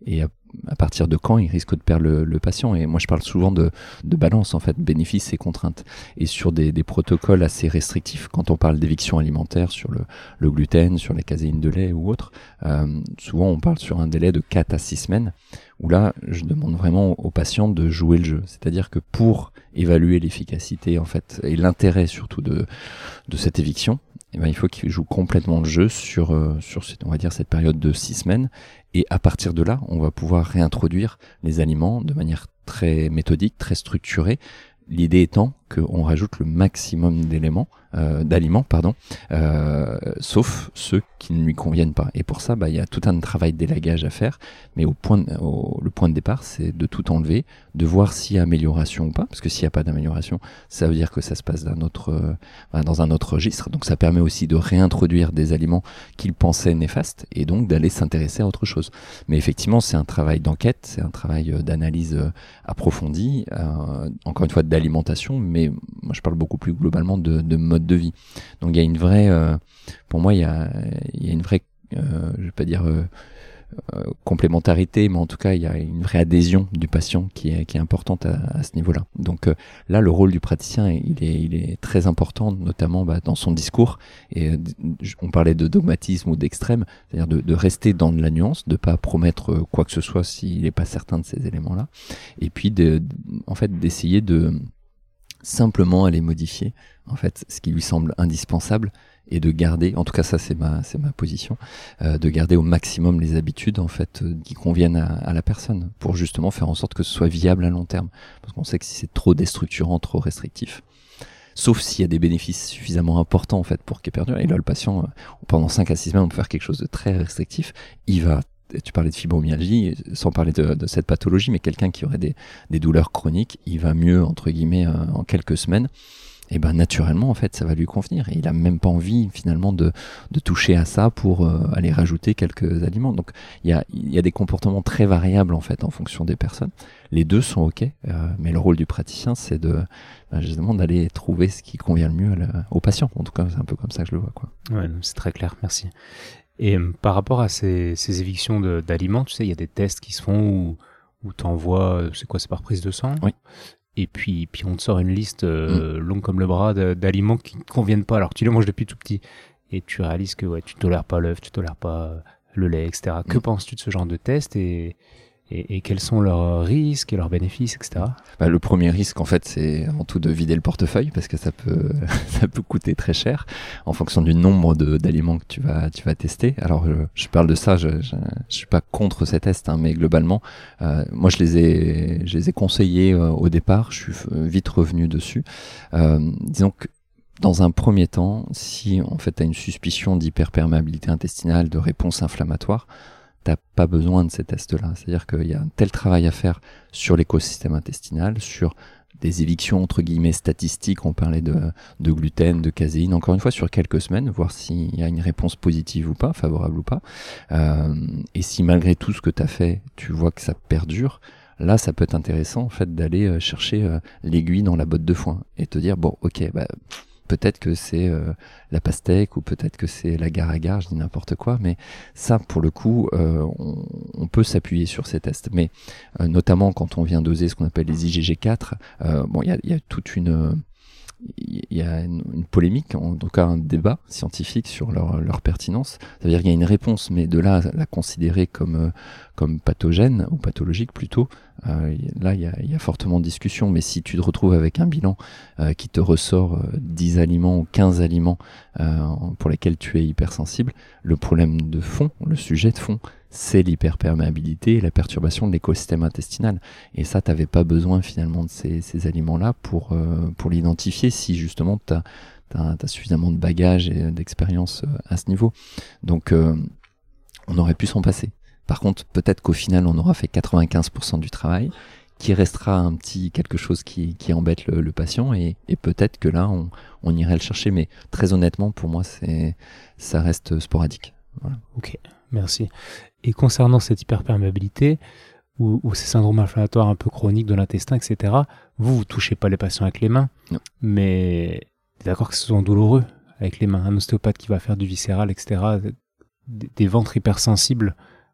à partir de quand il risque de perdre le, le patient. Et moi, je parle souvent de, de balance, en fait, bénéfices et contraintes. Et sur des, des protocoles assez restrictifs, quand on parle d'éviction alimentaire sur le, le gluten, sur la caséine de lait ou autre, euh, souvent on parle sur un délai de quatre à six semaines, où là, je demande vraiment aux patients de jouer le jeu. C'est-à-dire que pour évaluer l'efficacité, en fait, et l'intérêt surtout de, de cette éviction, eh ben, il faut qu'ils jouent complètement le jeu sur, euh, sur cette, on va dire, cette période de six semaines. Et à partir de là, on va pouvoir réintroduire les aliments de manière très méthodique, très structurée. L'idée étant qu'on rajoute le maximum d'éléments, euh, d'aliments, pardon, euh, sauf ceux qui ne lui conviennent pas. Et pour ça, bah, il y a tout un travail d'élagage à faire. Mais au point, de, au, le point de départ, c'est de tout enlever, de voir s'il y a amélioration ou pas. Parce que s'il n'y a pas d'amélioration, ça veut dire que ça se passe d'un autre, euh, dans un autre registre. Donc ça permet aussi de réintroduire des aliments qu'il pensait néfastes et donc d'aller s'intéresser à autre chose. Mais effectivement, c'est un travail d'enquête, c'est un travail d'analyse euh, approfondie, euh, encore une fois d'alimentation, mais moi je parle beaucoup plus globalement de, de mode de vie. Donc il y a une vraie, euh, pour moi il y a, il y a une vraie, euh, je vais pas dire euh, euh, complémentarité, mais en tout cas il y a une vraie adhésion du patient qui est, qui est importante à, à ce niveau-là. Donc euh, là le rôle du praticien il est, il est très important, notamment bah, dans son discours. Et euh, on parlait de dogmatisme ou d'extrême, c'est-à-dire de, de rester dans de la nuance, de pas promettre quoi que ce soit s'il n'est pas certain de ces éléments-là, et puis de, de, en fait d'essayer de simplement aller modifier en fait ce qui lui semble indispensable et de garder, en tout cas ça c'est ma c'est ma position, euh, de garder au maximum les habitudes en fait euh, qui conviennent à, à la personne pour justement faire en sorte que ce soit viable à long terme, parce qu'on sait que si c'est trop déstructurant, trop restrictif, sauf s'il y a des bénéfices suffisamment importants en fait pour qu'il perdure, et là le patient euh, pendant cinq à six semaines on peut faire quelque chose de très restrictif, il va, tu parlais de fibromyalgie, sans parler de, de cette pathologie, mais quelqu'un qui aurait des, des douleurs chroniques, il va mieux, entre guillemets, euh, en quelques semaines, et ben naturellement, en fait, ça va lui convenir. Et il a même pas envie, finalement, de, de toucher à ça pour euh, aller rajouter quelques aliments. Donc, il y a, il y a des comportements très variables, en fait, en fonction des personnes. Les deux sont OK, euh, mais le rôle du praticien, c'est de, ben, justement, d'aller trouver ce qui convient le mieux à la, au patient. En tout cas, c'est un peu comme ça que je le vois, quoi. Ouais, c'est très clair, merci. Et euh, par rapport à ces, ces évictions de, d'aliments, tu sais, il y a des tests qui se font où, où tu envoies, c'est quoi, c'est par prise de sang ? Oui. Et puis, puis on te sort une liste euh, mmh. longue comme le bras de, d'aliments qui ne te conviennent pas, alors que tu les manges depuis tout petit. Et tu réalises que ouais, tu ne tolères pas l'œuf, tu ne tolères pas le lait, et cetera. Mmh. Que penses-tu de ce genre de test et, et, et quels sont leurs risques et leurs bénéfices, et cetera. Bah, le premier risque, en fait, c'est avant tout de vider le portefeuille parce que ça peut, ça peut coûter très cher en fonction du nombre de, d'aliments que tu vas, tu vas tester. Alors, je, je parle de ça, je, je, je suis pas contre ces tests, hein, mais globalement, euh, moi, je les ai, je les ai conseillés euh, au départ. Je suis vite revenu dessus. Euh, disons que dans un premier temps, si en fait tu as une suspicion d'hyperperméabilité intestinale, de réponse inflammatoire, t'as pas besoin de ces tests-là. C'est-à-dire qu'il y a un tel travail à faire sur l'écosystème intestinal, sur des évictions entre guillemets statistiques, on parlait de, de gluten, de caséine, encore une fois sur quelques semaines, voir s'il y a une réponse positive ou pas, favorable ou pas. Euh, et si malgré tout ce que tu as fait, tu vois que ça perdure, là ça peut être intéressant en fait d'aller chercher euh, l'aiguille dans la botte de foin et te dire bon ok, bah peut-être que c'est euh, la pastèque ou peut-être que c'est l'agar-agar, je dis n'importe quoi, mais ça, pour le coup, euh, on, on peut s'appuyer sur ces tests. Mais euh, notamment quand on vient doser ce qu'on appelle les I G G quatre, euh, bon, il y a, y a toute une... il y a une, une polémique, en tout cas un débat scientifique sur leur, leur pertinence. Ça veut dire qu'il y a une réponse, mais de là à la considérer comme, euh, comme pathogène, ou pathologique plutôt, euh, là il y, a, il y a fortement de discussion. Mais si tu te retrouves avec un bilan euh, qui te ressort euh, dix aliments ou quinze aliments euh, pour lesquels tu es hypersensible, le problème de fond, le sujet de fond, c'est l'hyperperméabilité et la perturbation de l'écosystème intestinal. Et ça, tu n'avais pas besoin finalement de ces, ces aliments-là pour, euh, pour l'identifier si justement tu as suffisamment de bagages et d'expérience euh, à ce niveau. Donc, euh, on aurait pu s'en passer. Par contre, peut-être qu'au final, on aura fait quatre-vingt-quinze pour cent du travail, qui restera un petit quelque chose qui, qui embête le, le patient, et, et peut-être que là, on, on irait le chercher. Mais très honnêtement, pour moi, c'est, ça reste sporadique. Voilà. Ok, merci. Et concernant cette hyperperméabilité ou, ou ces syndromes inflammatoires un peu chroniques de l'intestin, et cetera, vous, vous touchez pas les patients avec les mains, non. Mais t'es d'accord que ce sont douloureux avec les mains. Un ostéopathe qui va faire du viscéral, et cetera, des, des ventres hypersensibles,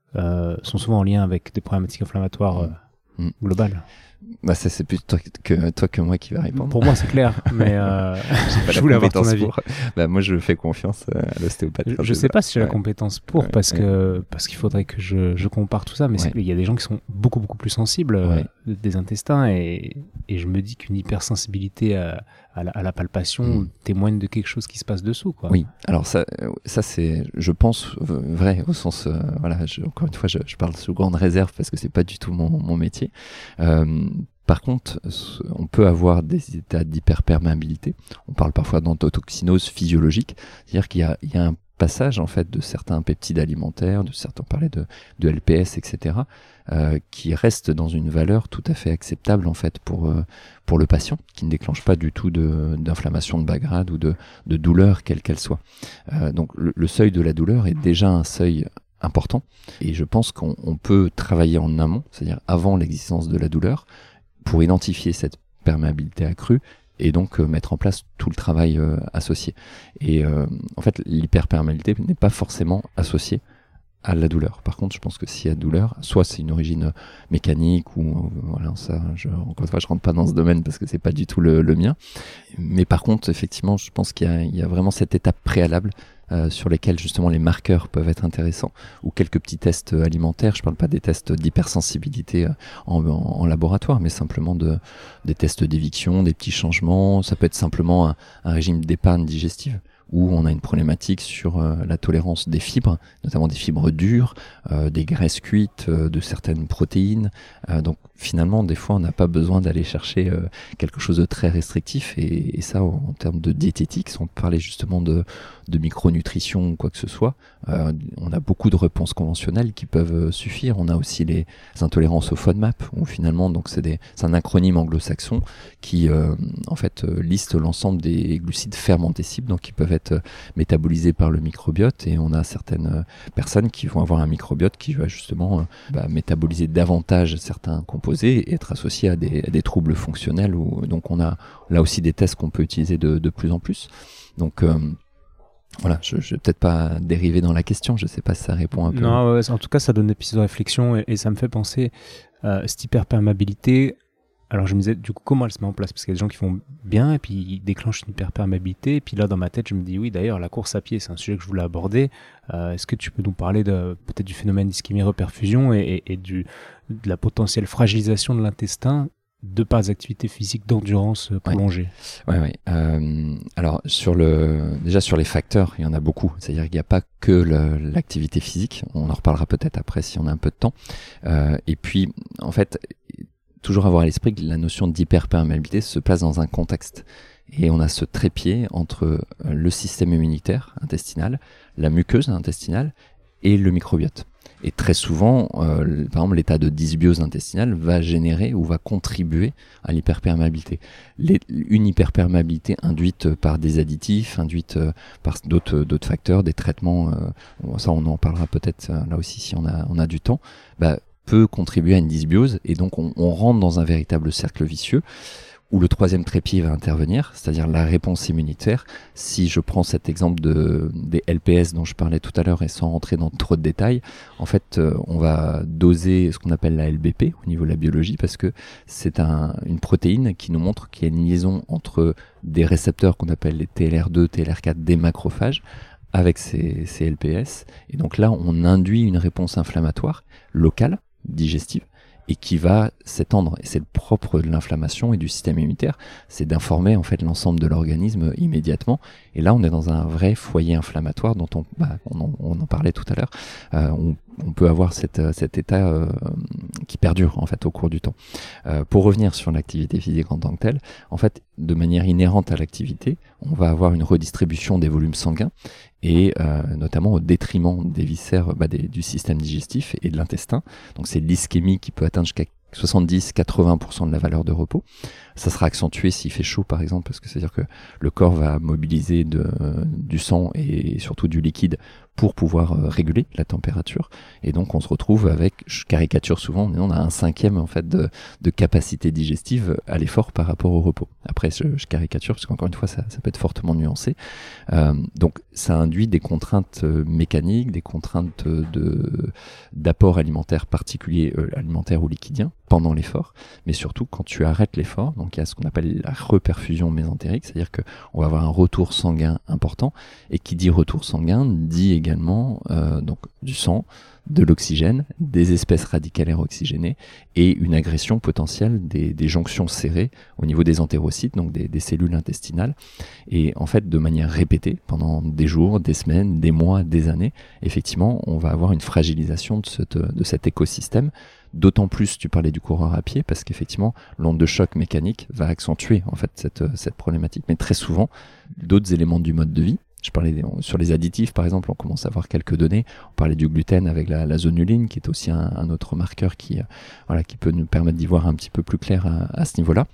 euh, sont souvent en lien avec des problématiques inflammatoires euh, mmh. globales. Bah ça c'est plus toi que toi que moi qui va répondre. Pour moi c'est clair, mais euh, je voulais avoir ton avis. Pour... Bah moi je fais confiance à l'ostéopathe. Je, je sais pas si j'ai ouais. la compétence pour ouais, parce ouais. que parce qu'il faudrait que je, je compare tout ça, mais ouais. il y a des gens qui sont beaucoup beaucoup plus sensibles ouais. euh, des intestins et et je me dis qu'une hypersensibilité à, à, la, à la palpation mmh. témoigne de quelque chose qui se passe dessous quoi. Oui, alors ça ça c'est je pense vrai au sens euh, voilà je, encore une fois je, je parle sous grande réserve parce que c'est pas du tout mon mon métier. Euh, Par contre, on peut avoir des états d'hyperperméabilité. On parle parfois d'endotoxinose physiologique, c'est-à-dire qu'il y a, il y a un passage en fait de certains peptides alimentaires, de certains on parlait de, de L P S, et cetera, euh, qui restent dans une valeur tout à fait acceptable en fait pour euh, pour le patient, qui ne déclenche pas du tout de, d'inflammation de bas grade ou de, de douleur quelle qu'elle soit. Euh, donc le, le seuil de la douleur est déjà un seuil important, et je pense qu'on on peut travailler en amont, c'est-à-dire avant l'existence de la douleur, pour identifier cette perméabilité accrue et donc euh, mettre en place tout le travail euh, associé. Et euh, en fait, l'hyperperméabilité n'est pas forcément associée à la douleur. Par contre, je pense que s'il y a douleur, soit c'est une origine mécanique ou euh, voilà, ça, je, encore une fois, je rentre pas dans ce domaine parce que c'est pas du tout le, le mien. Mais par contre, effectivement, je pense qu'il y a, il y a vraiment cette étape préalable Euh, sur lesquels justement les marqueurs peuvent être intéressants, ou quelques petits tests alimentaires. Je parle pas des tests d'hypersensibilité en, en, en laboratoire, mais simplement de, des tests d'éviction, des petits changements. Ça peut être simplement un, un régime d'épargne digestive, où on a une problématique sur euh, la tolérance des fibres, notamment des fibres dures, euh, des graisses cuites, euh, de certaines protéines. Euh, donc finalement, des fois, on n'a pas besoin d'aller chercher euh, quelque chose de très restrictif. Et, et ça, en, en termes de diététique, si on parlait justement de, de micronutrition ou quoi que ce soit, euh, on a beaucoup de réponses conventionnelles qui peuvent suffire. On a aussi les intolérances au FODMAP, où finalement, donc c'est, des, c'est un acronyme anglo-saxon qui, euh, en fait, euh, liste l'ensemble des glucides fermentescibles, donc qui peuvent être métabolisés par le microbiote, et on a certaines personnes qui vont avoir un microbiote qui va justement euh, bah, métaboliser davantage certains composés et être associé à des, à des troubles fonctionnels. Où, donc on a là aussi des tests qu'on peut utiliser de, de plus en plus. Donc euh, voilà, je ne vais peut-être pas dériver dans la question, je ne sais pas si ça répond un peu. Non, ouais, en tout cas ça donne des pistes de réflexion et, et ça me fait penser euh, cette hyperperméabilité. Alors je me disais, du coup, comment elle se met en place? Parce qu'il y a des gens qui font bien et puis ils déclenchent une hyperperméabilité. Et puis là, dans ma tête, je me dis, oui, d'ailleurs, la course à pied, c'est un sujet que je voulais aborder. Euh, est-ce que tu peux nous parler de, peut-être du phénomène d'ischémie-reperfusion et, et, et du, de la potentielle fragilisation de l'intestin de par des activités physiques d'endurance prolongée? Ouais, ouais. ouais. Euh, alors, sur le, déjà sur les facteurs, il y en a beaucoup. C'est-à-dire qu'il n'y a pas que le, l'activité physique. On en reparlera peut-être après si on a un peu de temps. Euh, et puis, en fait, toujours avoir à l'esprit que la notion d'hyperperméabilité se place dans un contexte. Et on a ce trépied entre le système immunitaire intestinal, la muqueuse intestinale et le microbiote. Et très souvent, euh, par exemple, l'état de dysbiose intestinale va générer ou va contribuer à l'hyperperméabilité. Les, une hyperperméabilité induite par des additifs, induite euh, par d'autres, d'autres facteurs, des traitements, euh, ça on en parlera peut-être euh, là aussi si on a, on a du temps, bah, peut contribuer à une dysbiose, et donc on, on rentre dans un véritable cercle vicieux où le troisième trépied va intervenir, c'est-à-dire la réponse immunitaire. Si je prends cet exemple de, des L P S dont je parlais tout à l'heure, et sans rentrer dans trop de détails, en fait, euh, on va doser ce qu'on appelle la L B P au niveau de la biologie, parce que c'est un, une protéine qui nous montre qu'il y a une liaison entre des récepteurs qu'on appelle les T L R deux, T L R quatre des macrophages, avec ces, ces L P S. Et donc là, on induit une réponse inflammatoire locale, digestive, et qui va s'étendre. Et c'est le propre de l'inflammation et du système immunitaire, c'est d'informer en fait l'ensemble de l'organisme immédiatement. Et là, on est dans un vrai foyer inflammatoire dont on, bah, on, en, on en parlait tout à l'heure. Euh, on, on peut avoir cette, cet état euh, qui perdure en fait au cours du temps. Euh, pour revenir sur l'activité physique en tant que telle, en fait, de manière inhérente à l'activité, on va avoir une redistribution des volumes sanguins, et euh, notamment au détriment des viscères, bah, des, du système digestif et de l'intestin. Donc c'est l'ischémie qui peut atteindre jusqu'à soixante-dix à quatre-vingts pour cent de la valeur de repos. Ça sera accentué s'il fait chaud par exemple, parce que c'est-à-dire que le corps va mobiliser de, euh, du sang et surtout du liquide pour pouvoir euh, réguler la température. Et donc on se retrouve avec, je caricature souvent, on a un cinquième en fait de, de capacité digestive à l'effort par rapport au repos. Après je, je caricature parce qu'encore une fois ça, ça peut être fortement nuancé. Euh, donc ça induit des contraintes euh, mécaniques, des contraintes de, d'apport alimentaire particulier, euh, alimentaire ou liquidien pendant l'effort, mais surtout quand tu arrêtes l'effort, donc il y a ce qu'on appelle la reperfusion mésentérique, c'est-à-dire qu'on va avoir un retour sanguin important, et qui dit retour sanguin dit également euh, donc du sang, de l'oxygène, des espèces radicalaires oxygénées et une agression potentielle des, des jonctions serrées au niveau des entérocytes, donc des, des cellules intestinales. Et en fait, de manière répétée, pendant des jours, des semaines, des mois, des années, effectivement, on va avoir une fragilisation de, cette, de cet écosystème. D'autant plus, tu parlais du coureur à pied, parce qu'effectivement, l'onde de choc mécanique va accentuer en fait cette, cette problématique. Mais très souvent, d'autres éléments du mode de vie, je parlais des, sur les additifs par exemple, on commence à avoir quelques données. On parlait du gluten avec la, la zonuline, qui est aussi un, un autre marqueur qui, euh, voilà, qui peut nous permettre d'y voir un petit peu plus clair à, à ce niveau-là.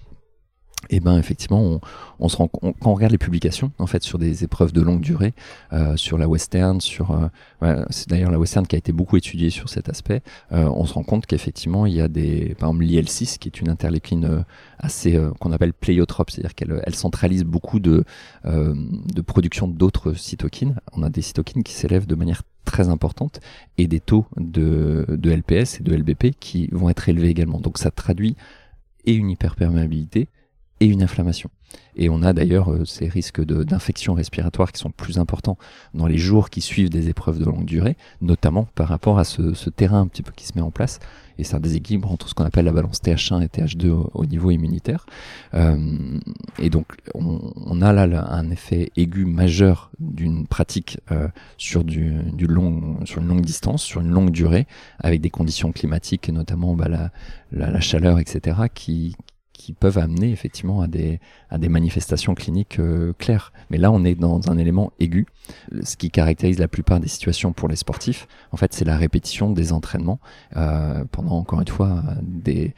Et ben effectivement, on, on se rend, on, quand on regarde les publications en fait sur des épreuves de longue durée, euh, sur la western, sur euh, ouais, c'est d'ailleurs la western qui a été beaucoup étudiée sur cet aspect. Euh, on se rend compte qu'effectivement il y a des, par exemple l'I L six qui est une interleukine euh, assez euh, qu'on appelle pléiotrope, c'est-à-dire qu'elle elle centralise beaucoup de euh, de production d'autres cytokines. On a des cytokines qui s'élèvent de manière très importante et des taux de de L P S et de L B P qui vont être élevés également. Donc ça traduit et une hyperperméabilité et une inflammation. Et on a d'ailleurs euh, ces risques de, d'infections respiratoires qui sont plus importants dans les jours qui suivent des épreuves de longue durée, notamment par rapport à ce, ce terrain un petit peu qui se met en place. Et c'est un déséquilibre entre ce qu'on appelle la balance T H un et T H deux au, au niveau immunitaire. Euh, et donc on, on a là, là un effet aigu majeur d'une pratique euh, sur, du, du long, sur une longue distance, sur une longue durée, avec des conditions climatiques, et notamment bah, la, la, la chaleur, et cetera, qui qui peuvent amener effectivement à des, à des manifestations cliniques euh, claires. Mais là, on est dans un élément aigu. Ce qui caractérise la plupart des situations pour les sportifs, en fait, c'est la répétition des entraînements euh, pendant, encore une fois, des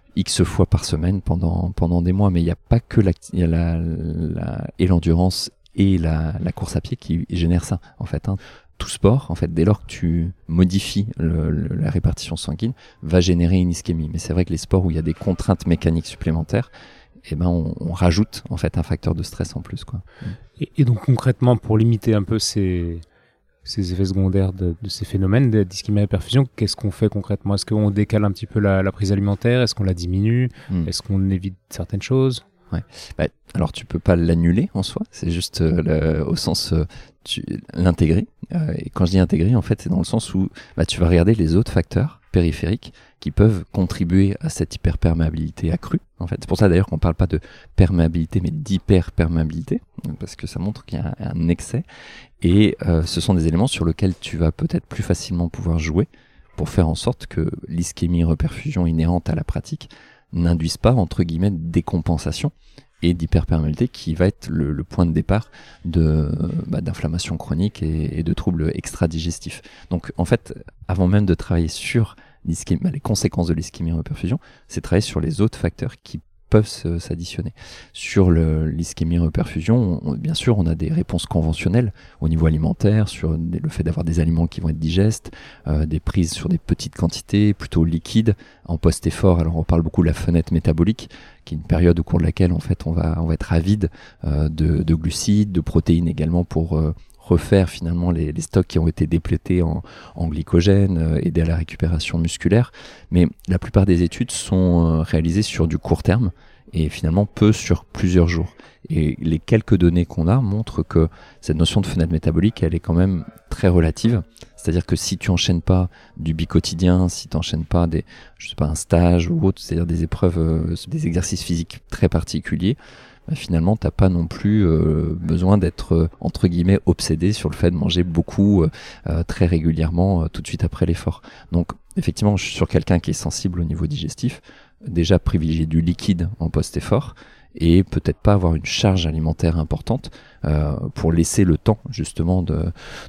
X fois par semaine pendant, pendant des mois. Mais il n'y a pas que la, il y a la, la, et l'endurance et la, la course à pied qui génèrent ça, en fait, hein. Tout sport, en fait, dès lors que tu modifies le, le, la répartition sanguine, va générer une ischémie. Mais c'est vrai que les sports où il y a des contraintes mécaniques supplémentaires, eh ben on, on rajoute en fait un facteur de stress en plus, quoi. Et, et donc concrètement, pour limiter un peu ces, ces effets secondaires de, de ces phénomènes d'ischémie à perfusion, qu'est-ce qu'on fait concrètement? Est-ce qu'on décale un petit peu la, la prise alimentaire? Est-ce qu'on la diminue? mmh. Est-ce qu'on évite certaines choses? Ouais. Bah, alors tu peux pas l'annuler en soi, c'est juste euh, le, au sens euh, tu, l'intégrer. Euh, et quand je dis intégrer, en fait, c'est dans le sens où bah, tu vas regarder les autres facteurs périphériques qui peuvent contribuer à cette hyperperméabilité accrue. En fait, c'est pour ça d'ailleurs qu'on parle pas de perméabilité, mais d'hyperperméabilité, parce que ça montre qu'il y a un excès. Et euh, ce sont des éléments sur lesquels tu vas peut-être plus facilement pouvoir jouer pour faire en sorte que l'ischémie-reperfusion inhérente à la pratique n'induisent pas, entre guillemets, décompensation et d'hyperperméabilité qui va être le, le point de départ de, bah, d'inflammation chronique et, et de troubles extra-digestifs. Donc, en fait, avant même de travailler sur l'ischémie, bah, les conséquences de l'ischémie-reperfusion, c'est travailler sur les autres facteurs qui peuvent se, s'additionner. Sur le, l'ischémie-reperfusion, on, bien sûr, on a des réponses conventionnelles au niveau alimentaire, sur des, le fait d'avoir des aliments qui vont être digestes, euh, des prises sur des petites quantités, plutôt liquides, en post-effort. Alors on parle beaucoup de la fenêtre métabolique, qui est une période au cours de laquelle en fait on va, on va être avide euh, de, de glucides, de protéines également pour euh, refaire finalement les, les stocks qui ont été déplétés en, en glycogène, euh, aider à la récupération musculaire. Mais la plupart des études sont euh, réalisées sur du court terme et finalement peu sur plusieurs jours. Et les quelques données qu'on a montrent que cette notion de fenêtre métabolique, elle est quand même très relative. C'est-à-dire que si tu enchaînes pas du bicotidien, si tu enchaînes pas des, je sais pas, un stage ou autre, c'est-à-dire des épreuves, euh, des exercices physiques très particuliers, bah finalement, t'as pas non plus euh, besoin d'être, euh, entre guillemets, obsédé sur le fait de manger beaucoup, euh, très régulièrement, euh, tout de suite après l'effort. Donc, effectivement, je suis sur quelqu'un qui est sensible au niveau digestif, déjà privilégier du liquide en post-effort, et peut-être pas avoir une charge alimentaire importante euh, pour laisser le temps justement de,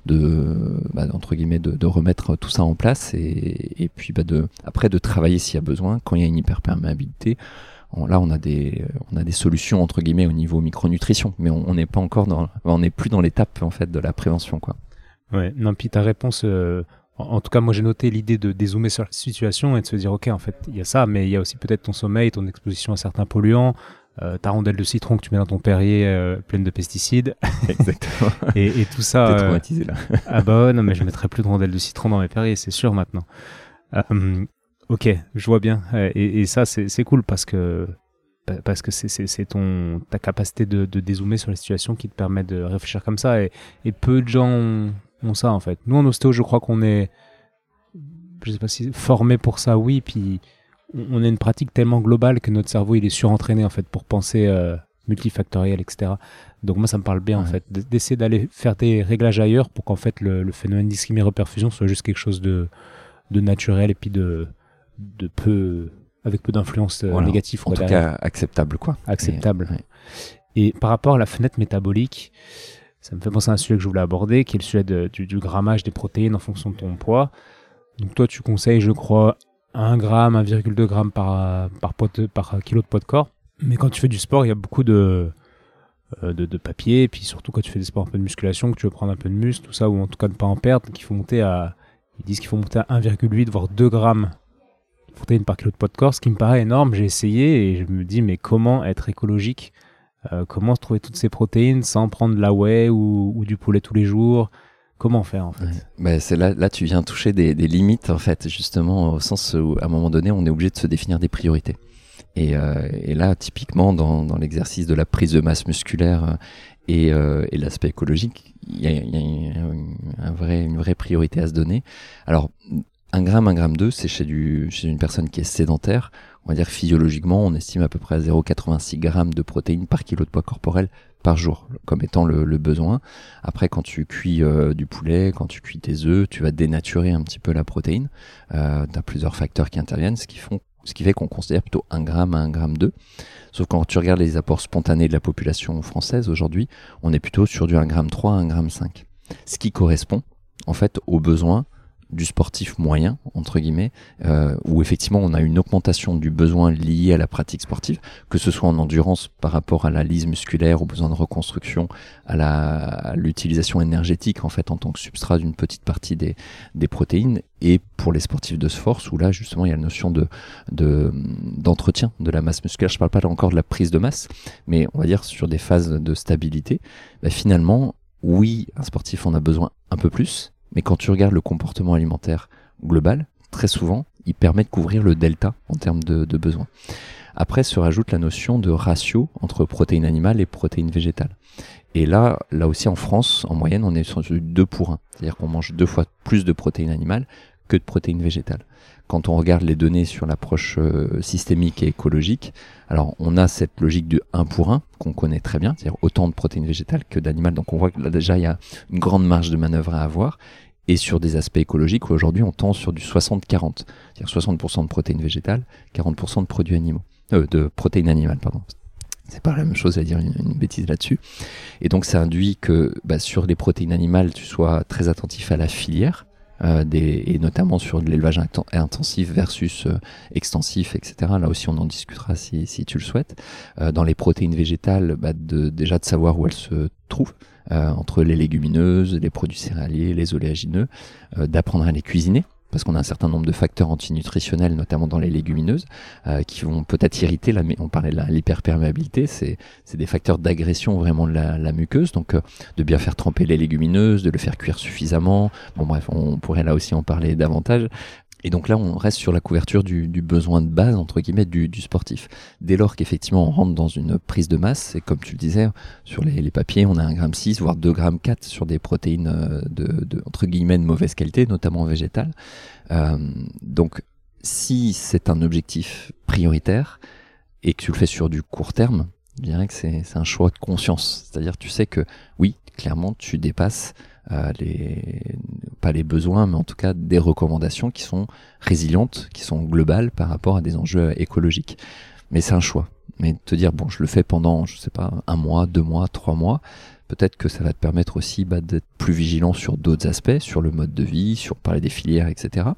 de bah, entre guillemets de, de remettre tout ça en place et, et puis bah, de après de travailler s'il y a besoin quand il y a une hyperperméabilité. On, là on a des on a des solutions entre guillemets au niveau micronutrition, mais on n'est pas encore dans on n'est plus dans l'étape en fait de la prévention, quoi. Ouais, non, puis ta réponse, euh, en, en tout cas, moi j'ai noté l'idée de dézoomer sur la situation et de se dire, ok, en fait, il y a ça, mais il y a aussi peut-être ton sommeil, ton exposition à certains polluants, euh, ta rondelle de citron que tu mets dans ton Perrier euh, pleine de pesticides. Exactement. et, et tout ça. T'es traumatisé là. Euh, ah bah ouais, non, mais je mettrai plus de rondelle de citron dans mes Perrier, c'est sûr maintenant. Euh, ok, je vois bien. Et, et ça, c'est, c'est cool parce que parce que c'est, c'est, c'est ton, ta capacité de, de dézoomer sur les situations qui te permet de réfléchir comme ça. Et, et peu de gens ont, ont ça, en fait. Nous, en ostéo, je crois qu'on est, je sais pas si formé pour ça, oui. Puis on, on a une pratique tellement globale que notre cerveau, il est surentraîné, en fait, pour penser euh, multifactoriel, et cetera. Donc moi, ça me parle bien, ouais. en fait, d'essayer d'aller faire des réglages ailleurs pour qu'en fait, le, le phénomène d'ischémie-reperfusion soit juste quelque chose de, de naturel et puis de, de peu... avec peu d'influence euh, voilà. négative. En quoi, tout derrière. cas, acceptable, quoi. Acceptable. Et, ouais. Et par rapport à la fenêtre métabolique, ça me fait penser à un sujet que je voulais aborder, qui est le sujet de, du, du grammage des protéines en fonction de ton poids. Donc toi, tu conseilles, je crois, un gramme, un virgule deux grammes par, par, pot, par kilo de poids de corps. Mais quand tu fais du sport, il y a beaucoup de, de, de papier, et puis surtout quand tu fais des sports un peu de musculation, que tu veux prendre un peu de muscle, tout ça, ou en tout cas ne pas en perdre, qu'il faut monter à, ils disent qu'il faut monter à un virgule huit, voire deux grammes protéines par kilo de poids de corps, ce qui me paraît énorme. J'ai essayé et je me dis, mais comment être écologique, euh, comment se trouver toutes ces protéines sans prendre de la whey ou, ou du poulet tous les jours, comment faire en fait? Ouais. Bah, c'est là, là, tu viens toucher des, des limites en fait, justement, au sens où à un moment donné, on est obligé de se définir des priorités. Et, euh, et là, typiquement, dans, dans l'exercice de la prise de masse musculaire et, euh, et l'aspect écologique, il y a, il y a un, un vrai, une vraie priorité à se donner. Alors, un gramme, un gramme deux, c'est chez, du, chez une personne qui est sédentaire. On va dire physiologiquement, on estime à peu près à zéro virgule quatre-vingt-six grammes de protéines par kilo de poids corporel par jour, comme étant le, le besoin. Après, quand tu cuis euh, du poulet, quand tu cuis tes œufs, tu vas dénaturer un petit peu la protéine. Euh, tu as plusieurs facteurs qui interviennent, ce qui, font, ce qui fait qu'on considère plutôt un gramme à un gramme deux. Sauf quand tu regardes les apports spontanés de la population française aujourd'hui, on est plutôt sur du un virgule trois à un virgule cinq. Ce qui correspond en fait aux besoins du sportif moyen, entre guillemets, euh, où effectivement on a une augmentation du besoin lié à la pratique sportive, que ce soit en endurance par rapport à la lyse musculaire, aux besoins de reconstruction, à, la, à l'utilisation énergétique en fait en tant que substrat d'une petite partie des, des protéines, et pour les sportifs de force, où là justement il y a la notion de, de, d'entretien de la masse musculaire. Je ne parle pas encore de la prise de masse, mais on va dire sur des phases de stabilité, bah, finalement, oui, un sportif en a besoin un peu plus, mais quand tu regardes le comportement alimentaire global, très souvent, il permet de couvrir le delta en termes de, de besoins. Après se rajoute la notion de ratio entre protéines animales et protéines végétales. Et là, là aussi en France, en moyenne, on est sur du deux pour un. C'est-à-dire qu'on mange deux fois plus de protéines animales que de protéines végétales. Quand on regarde les données sur l'approche euh, systémique et écologique, alors on a cette logique du un pour un qu'on connaît très bien, c'est-à-dire autant de protéines végétales que d'animales. Donc on voit que là déjà il y a une grande marge de manœuvre à avoir. Et sur des aspects écologiques, où aujourd'hui on tend sur du soixante quarante, c'est-à-dire soixante pour cent de protéines végétales, quarante pour cent de produits animaux, euh, de protéines animales, pardon. C'est pas la même chose à dire une, une bêtise là-dessus. Et donc ça induit que bah, sur les protéines animales, tu sois très attentif à la filière, euh, des, et notamment sur de l'élevage intensif versus euh, extensif, et cetera. Là aussi on en discutera si, si tu le souhaites. Euh, dans les protéines végétales, bah, de, déjà de savoir où elles se trouvent. Euh, entre les légumineuses, les produits céréaliers, les oléagineux, euh, d'apprendre à les cuisiner, parce qu'on a un certain nombre de facteurs antinutritionnels, notamment dans les légumineuses, euh, qui vont peut-être irriter, la, on parlait de la, l'hyperperméabilité, c'est, c'est des facteurs d'agression vraiment de la, la muqueuse, donc euh, de bien faire tremper les légumineuses, de le faire cuire suffisamment, bon bref, on pourrait là aussi en parler davantage. Et donc là, on reste sur la couverture du, du besoin de base, entre guillemets, du, du sportif. Dès lors qu'effectivement, on rentre dans une prise de masse, et comme tu le disais, sur les, les papiers, on a un virgule six, voire deux virgule quatre sur des protéines de, de, entre guillemets, de mauvaise qualité, notamment végétales. Euh, donc, si c'est un objectif prioritaire, et que tu le fais sur du court terme, je dirais que c'est, c'est un choix de conscience. C'est-à-dire, tu sais que, oui, clairement, tu dépasses Euh, les, pas les besoins, mais en tout cas des recommandations qui sont résilientes, qui sont globales par rapport à des enjeux écologiques. Mais c'est un choix. Mais te dire, bon, je le fais pendant, je sais pas, un mois, deux mois, trois mois, peut-être que ça va te permettre aussi bah, d'être plus vigilant sur d'autres aspects, sur le mode de vie, sur parler des filières, et cetera.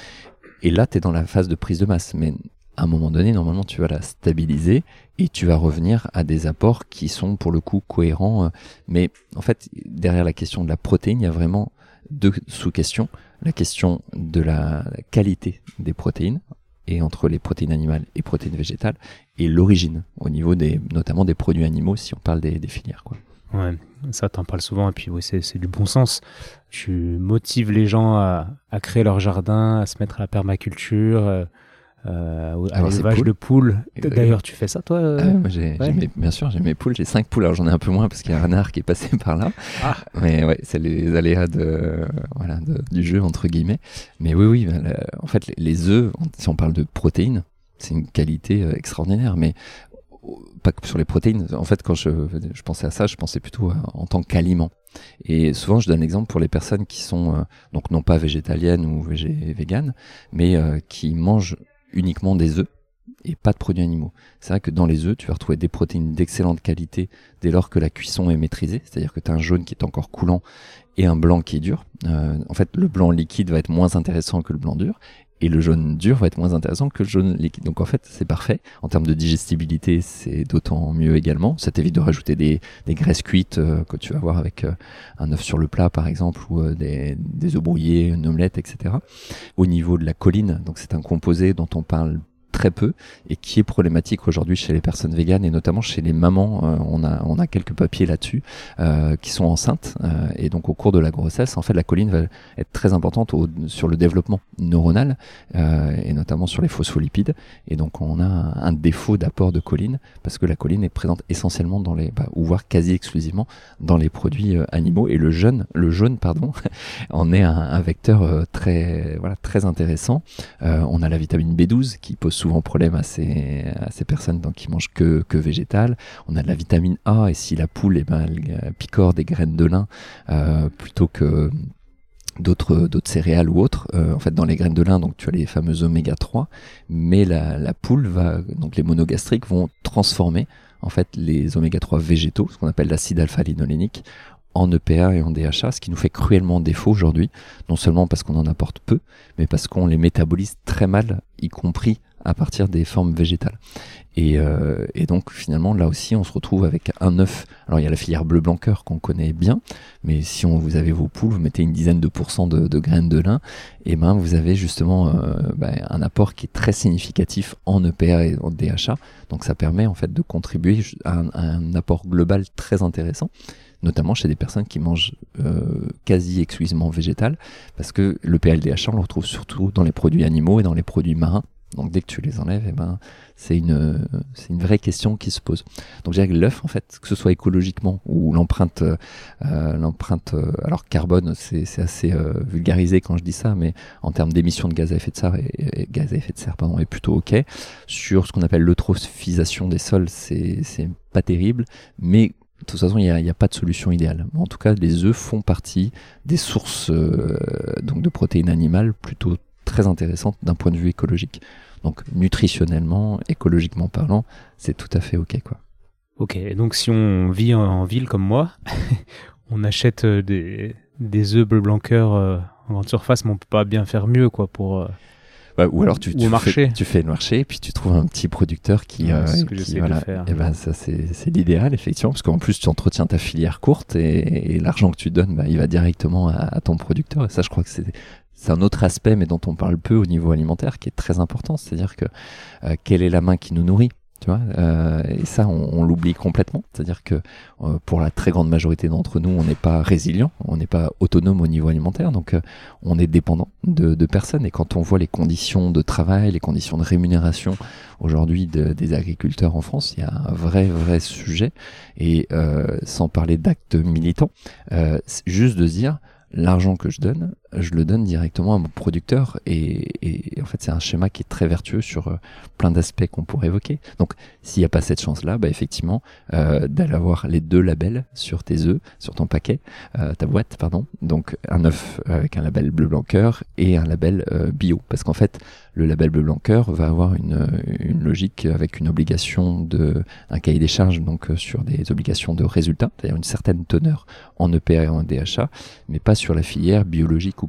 Et là, tu es dans la phase de prise de masse. Mais à un moment donné, normalement, tu vas la stabiliser et tu vas revenir à des apports qui sont pour le coup cohérents. Mais en fait, derrière la question de la protéine, il y a vraiment deux sous-questions. La question de la qualité des protéines, et entre les protéines animales et protéines végétales, et l'origine, au niveau des, notamment des produits animaux, si on parle des, des filières, quoi. Ouais, ça t'en parles souvent, et puis oui, c'est, c'est du bon sens. Tu motives les gens à, à créer leur jardin, à se mettre à la permaculture, euh, euh, à l'élevage de poules. D'ailleurs, tu fais ça, toi euh... ah, moi, j'ai, ouais. j'ai mes, Bien sûr, j'ai mes poules, j'ai cinq poules, alors j'en ai un peu moins parce qu'il y a un renard qui est passé par là. Ah. Mais ouais, c'est les aléas de, voilà, de, du jeu, entre guillemets. Mais oui, oui, la, en fait, les, les œufs, si on parle de protéines, c'est une qualité euh, extraordinaire, mais pas que sur les protéines. En fait, quand je, je pensais à ça, je pensais plutôt à, en tant qu'aliment. Et souvent, je donne l'exemple pour les personnes qui sont, euh, donc non pas végétaliennes ou végé- véganes, mais euh, qui mangent uniquement des œufs et pas de produits animaux. C'est vrai que dans les œufs, tu vas retrouver des protéines d'excellente qualité dès lors que la cuisson est maîtrisée, c'est-à-dire que tu as un jaune qui est encore coulant et un blanc qui est dur. Euh, en fait, le blanc liquide va être moins intéressant que le blanc dur, et le jaune dur va être moins intéressant que le jaune liquide. Donc en fait, c'est parfait. En termes de digestibilité, c'est d'autant mieux également. Ça t'évite de rajouter des, des graisses cuites euh, que tu vas avoir avec euh, un œuf sur le plat, par exemple, ou euh, des, des œufs brouillés, une omelette, et cetera. Au niveau de la choline, donc c'est un composé dont on parle très peu et qui est problématique aujourd'hui chez les personnes véganes et notamment chez les mamans. Euh, on a on a quelques papiers là-dessus euh, qui sont enceintes euh, et donc au cours de la grossesse, en fait, la choline va être très importante au, sur le développement neuronal euh, et notamment sur les phospholipides. Et donc on a un, un défaut d'apport de choline parce que la choline est présente essentiellement dans les, bah, ou voire quasi exclusivement dans les produits euh, animaux et le jaune, le jaune pardon, en est un, un vecteur euh, très voilà très intéressant. Euh, on a la vitamine B douze qui pose souvent problème à ces, à ces personnes donc, qui mangent que, que végétal. On a de la vitamine A et si la poule eh ben, elle picore des graines de lin euh, plutôt que d'autres d'autres céréales ou autres, euh, en fait dans les graines de lin donc tu as les fameux oméga trois, mais la, la poule va donc les monogastriques vont transformer en fait les oméga trois végétaux, ce qu'on appelle l'acide alpha-linolénique, en E P A et en D H A, ce qui nous fait cruellement défaut aujourd'hui, non seulement parce qu'on en apporte peu, mais parce qu'on les métabolise très mal, y compris à partir des formes végétales. Et, euh, et donc finalement là aussi on se retrouve avec un œuf. Alors il y a la filière bleu blanc cœur qu'on connaît bien, mais si on, vous avez vos poules, vous mettez une dizaine de pourcents de, de graines de lin, et ben vous avez justement euh, bah, un apport qui est très significatif en E P A et en D H A. Donc ça permet en fait de contribuer à un, à un apport global très intéressant, notamment chez des personnes qui mangent euh, quasi exclusivement végétal, parce que le P A et le D H A on le retrouve surtout dans les produits animaux et dans les produits marins. Donc dès que tu les enlèves, eh ben, c'est une, c'est une vraie question qui se pose. Donc je dirais que l'œuf, en fait, que ce soit écologiquement ou l'empreinte, euh, l'empreinte, euh, alors carbone, c'est, c'est assez euh, vulgarisé quand je dis ça, mais en termes d'émissions de gaz à effet de serre, et, et gaz à effet de serre, pardon, est plutôt ok. Sur ce qu'on appelle l'eutrophisation des sols, c'est, c'est pas terrible, mais de toute façon, il n'y a, y a pas de solution idéale. En tout cas, les œufs font partie des sources euh, donc de protéines animales plutôt très intéressantes d'un point de vue écologique. Donc nutritionnellement, écologiquement parlant, c'est tout à fait ok, quoi. Ok, donc si on vit en, en ville comme moi, on achète des, des œufs bleu blanc cœur euh, en grande surface, mais on peut pas bien faire mieux, quoi, pour... Euh... Bah, ou alors tu, tu, marché. Fais, tu fais le marché et puis tu trouves un petit producteur qui, ouais, euh, c'est ce que qui j'essaie voilà, de faire. Et ben ça c'est, c'est l'idéal effectivement, parce qu'en plus tu entretiens ta filière courte et, et l'argent que tu donnes, bah, il va directement à, à ton producteur. Et ça, je crois que c'est c'est un autre aspect, mais dont on parle peu au niveau alimentaire, qui est très important. C'est-à-dire que euh, quelle est la main qui nous nourrit? Tu vois, euh, et ça, on, on l'oublie complètement. C'est-à-dire que euh, pour la très grande majorité d'entre nous, on n'est pas résilient, on n'est pas autonome au niveau alimentaire, donc euh, on est dépendant de, de personnes. Et quand on voit les conditions de travail, les conditions de rémunération aujourd'hui de, des agriculteurs en France, il y a un vrai, vrai sujet. Et euh, sans parler d'actes militants, euh, c'est juste de se dire, l'argent que je donne, je le donne directement à mon producteur et, et en fait c'est un schéma qui est très vertueux sur euh, plein d'aspects qu'on pourrait évoquer. Donc s'il n'y a pas cette chance-là, bah effectivement euh, d'aller avoir les deux labels sur tes œufs, sur ton paquet, euh, ta boîte, pardon. Donc un œuf avec un label bleu blanc cœur et un label euh, bio, parce qu'en fait le label bleu blanc cœur va avoir une, une logique avec une obligation de un cahier des charges, donc euh, sur des obligations de résultats, c'est-à-dire une certaine teneur en E P A et en D H A, mais pas sur la filière biologique ou pas.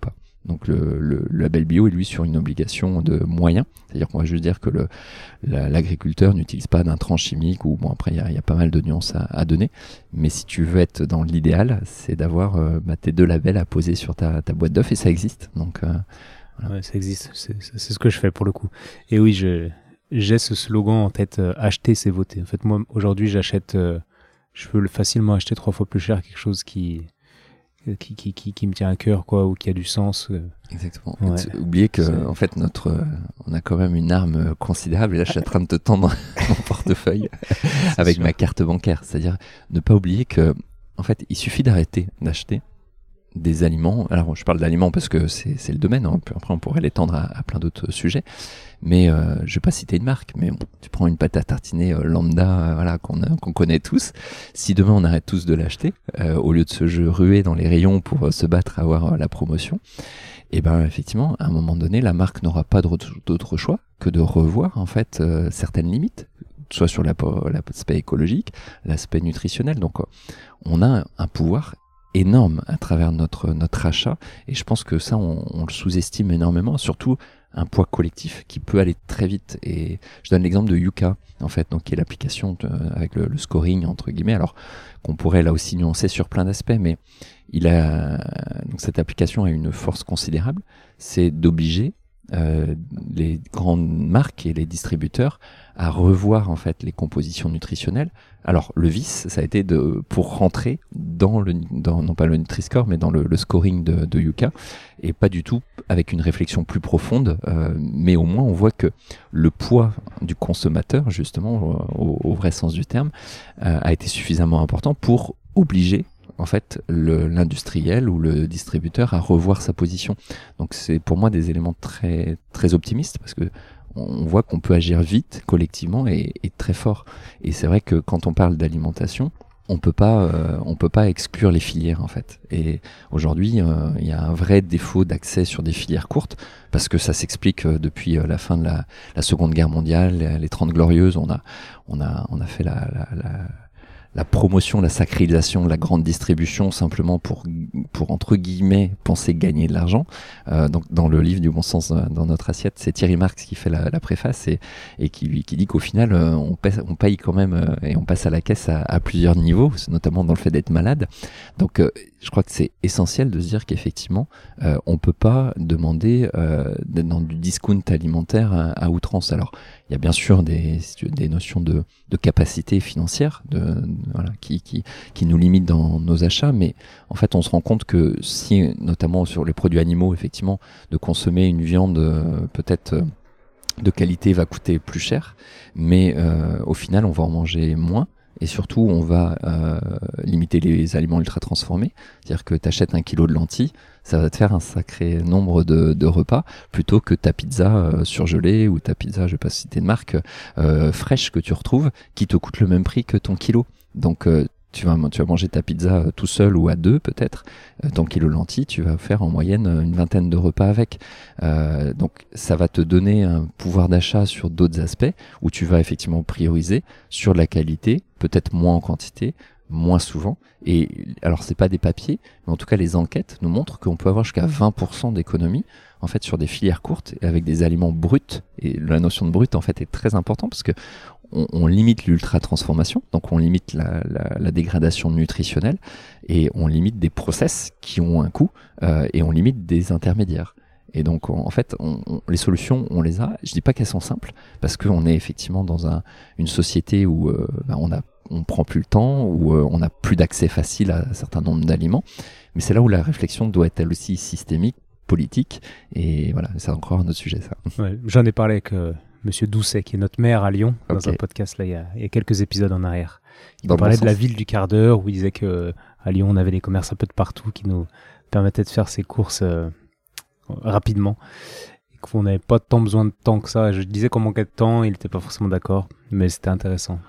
Donc le, le, le label bio est lui sur une obligation de moyens, c'est-à-dire qu'on va juste dire que le, la, l'agriculteur n'utilise pas d'intrants chimiques, ou bon après il y, y a pas mal de nuances à, à donner, mais si tu veux être dans l'idéal, c'est d'avoir euh, bah, tes deux labels à poser sur ta, ta boîte d'œufs, et ça existe. Donc euh, voilà. Ouais, ça existe, c'est, c'est ce que je fais pour le coup. Et oui, je, j'ai ce slogan en tête, euh, acheter c'est voter. En fait moi aujourd'hui j'achète, euh, je peux facilement acheter trois fois plus cher quelque chose qui... Qui, qui, qui, qui me tient à cœur, quoi, ou qui a du sens. Exactement. Ouais. Oubliez que, C'est... en fait, notre, euh, on a quand même une arme considérable. Et là, je suis en train de te tendre mon portefeuille avec sûr. ma carte bancaire. C'est-à-dire, ne pas oublier que, en fait, il suffit d'arrêter d'acheter des aliments. Alors, je parle d'aliments parce que c'est, c'est le domaine. Hein. Après, on pourrait l'étendre à, à plein d'autres sujets. Mais euh, je vais pas citer une marque, mais bon, tu prends une pâte à tartiner euh, lambda, euh, voilà, qu'on, a, qu'on connaît tous. Si demain on arrête tous de l'acheter, euh, au lieu de se ruer dans les rayons pour euh, se battre à avoir euh, la promotion, et ben effectivement, à un moment donné, la marque n'aura pas d'autre choix que de revoir en fait euh, certaines limites, soit sur l'aspect écologique, l'aspect nutritionnel. Donc, euh, on a un pouvoir énorme à travers notre notre achat, et je pense que ça, on, on le sous-estime énormément, surtout un poids collectif qui peut aller très vite. Et je donne l'exemple de Yuka, en fait, donc qui est l'application de, avec le, le scoring entre guillemets, alors qu'on pourrait là aussi nuancer sur plein d'aspects, mais il a donc cette application a une force considérable, c'est d'obliger euh, les grandes marques et les distributeurs à revoir en fait les compositions nutritionnelles. Alors le vice, ça a été de pour rentrer dans le dans non pas le Nutri-Score, mais dans le, le scoring de, de Yuka, et pas du tout avec une réflexion plus profonde. Euh, mais au moins on voit que le poids du consommateur, justement au, au vrai sens du terme, euh, a été suffisamment important pour obliger en fait le, l'industriel ou le distributeur à revoir sa position. Donc c'est pour moi des éléments très très optimistes, parce que on voit qu'on peut agir vite, collectivement, et, et très fort. Et c'est vrai que quand on parle d'alimentation, on peut pas, euh, on peut pas exclure les filières en fait. Et aujourd'hui, il euh, y a un vrai défaut d'accès sur des filières courtes, parce que ça s'explique euh, depuis euh, la fin de la, la Seconde Guerre mondiale, les, les Trente Glorieuses. On a, on a, on a fait la, la, la la promotion, la sacralisation de la grande distribution simplement pour, pour entre guillemets, penser gagner de l'argent. Euh, donc, dans le livre du bon sens dans notre assiette, c'est Thierry Marx qui fait la, la préface et, et qui, qui dit qu'au final, euh, on, paie, on paye quand même euh, et on passe à la caisse à, à plusieurs niveaux, notamment dans le fait d'être malade. Donc, euh, je crois que c'est essentiel de se dire qu'effectivement, euh, on peut pas demander euh, d'être dans du discount alimentaire à, à outrance. Alors, il y a bien sûr des, des notions de, de capacité financière de, de, voilà, qui, qui, qui nous limitent dans nos achats, mais en fait, on se rend compte que si, notamment sur les produits animaux, effectivement, de consommer une viande euh, peut-être euh, de qualité va coûter plus cher, mais euh, au final, on va en manger moins. Et surtout, on va euh, limiter les aliments ultra transformés. C'est-à-dire que tu achètes un kilo de lentilles, ça va te faire un sacré nombre de, de repas, plutôt que ta pizza euh, surgelée ou ta pizza, je vais pas citer de marque, euh, fraîche que tu retrouves, qui te coûte le même prix que ton kilo. Donc, euh, tu vas, tu vas manger ta pizza tout seul ou à deux peut-être, euh, ton kilo de lentilles, tu vas faire en moyenne une vingtaine de repas avec. Euh, donc ça va te donner un pouvoir d'achat sur d'autres aspects, où tu vas effectivement prioriser sur la qualité, peut-être moins en quantité, moins souvent. Et alors c'est pas des papiers, mais en tout cas les enquêtes nous montrent qu'on peut avoir jusqu'à vingt pour cent d'économie en fait sur des filières courtes avec des aliments bruts. Et la notion de brut en fait est très importante, parce que On, on limite l'ultra-transformation, donc on limite la, la, la dégradation nutritionnelle, et on limite des process qui ont un coût, euh, et on limite des intermédiaires. Et donc, on, en fait, on, on, les solutions, on les a. Je dis pas qu'elles sont simples, parce qu'on est effectivement dans un, une société où euh, bah, on a, on prend plus le temps, où euh, on n'a plus d'accès facile à un certain nombre d'aliments. Mais c'est là où la réflexion doit être elle aussi systémique, politique, et voilà, c'est encore un autre sujet, ça. Ouais, j'en ai parlé avec euh, Monsieur Doucet, qui est notre maire à Lyon, dans okay. un podcast là, il y, a, il y a quelques épisodes en arrière. Il parlait bon de la ville du quart d'heure, où il disait que à Lyon, on avait des commerces un peu de partout qui nous permettaient de faire ces courses euh, rapidement, et qu'on n'avait pas tant besoin de temps que ça. Je disais qu'on manquait de temps, il n'était pas forcément d'accord, mais c'était intéressant.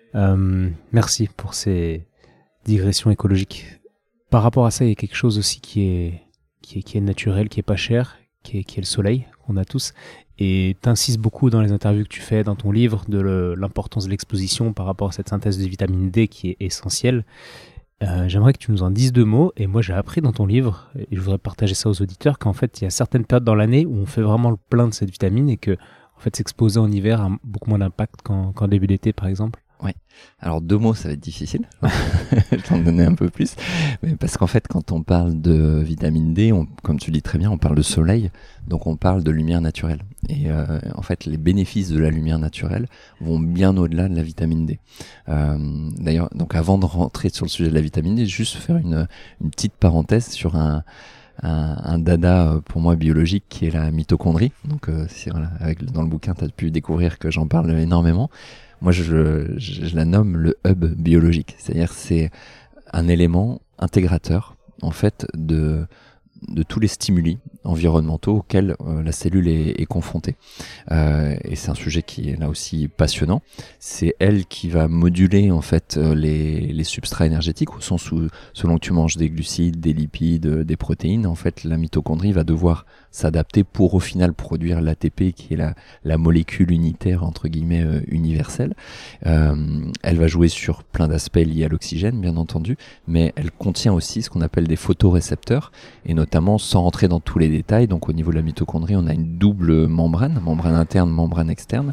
Euh, merci pour ces digressions écologiques. Par rapport à ça, il y a quelque chose aussi qui est, qui est, qui est naturel, qui est pas cher, qui est, qui est le soleil, qu'on a tous. Et t'insistes beaucoup dans les interviews que tu fais dans ton livre de le, l'importance de l'exposition par rapport à cette synthèse de vitamine D qui est essentielle. Euh, j'aimerais que tu nous en dises deux mots. Et moi, j'ai appris dans ton livre, et je voudrais partager ça aux auditeurs, qu'en fait, il y a certaines périodes dans l'année où on fait vraiment le plein de cette vitamine et que, en fait, s'exposer en hiver a beaucoup moins d'impact qu'en, qu'en début d'été, par exemple. Oui. Alors deux mots, ça va être difficile. Je vais t'en donner un peu plus. Mais parce qu'en fait, quand on parle de vitamine D, on, comme tu dis très bien, on parle de soleil, donc on parle de lumière naturelle. Et euh, en fait, les bénéfices de la lumière naturelle vont bien au-delà de la vitamine D. Euh, d'ailleurs, donc avant de rentrer sur le sujet de la vitamine D, juste faire une, une petite parenthèse sur un Un, un dada pour moi biologique qui est la mitochondrie. Donc euh, c'est, voilà, avec, dans le bouquin tu as pu découvrir que j'en parle énormément. Moi je, je, je la nomme le hub biologique, c'est-à-dire c'est un élément intégrateur en fait de de tous les stimuli environnementaux auxquels euh, la cellule est, est confrontée. Euh, et c'est un sujet qui est là aussi passionnant. C'est elle qui va moduler en fait euh, les, les substrats énergétiques, au sens où selon que tu manges des glucides, des lipides, des protéines, en fait la mitochondrie va devoir s'adapter pour au final produire l'A T P qui est la, la molécule unitaire entre guillemets euh, universelle. Euh, elle va jouer sur plein d'aspects liés à l'oxygène bien entendu, mais elle contient aussi ce qu'on appelle des photorécepteurs et notamment sans rentrer dans tous les détails. Donc au niveau de la mitochondrie, on a une double membrane, membrane interne, membrane externe,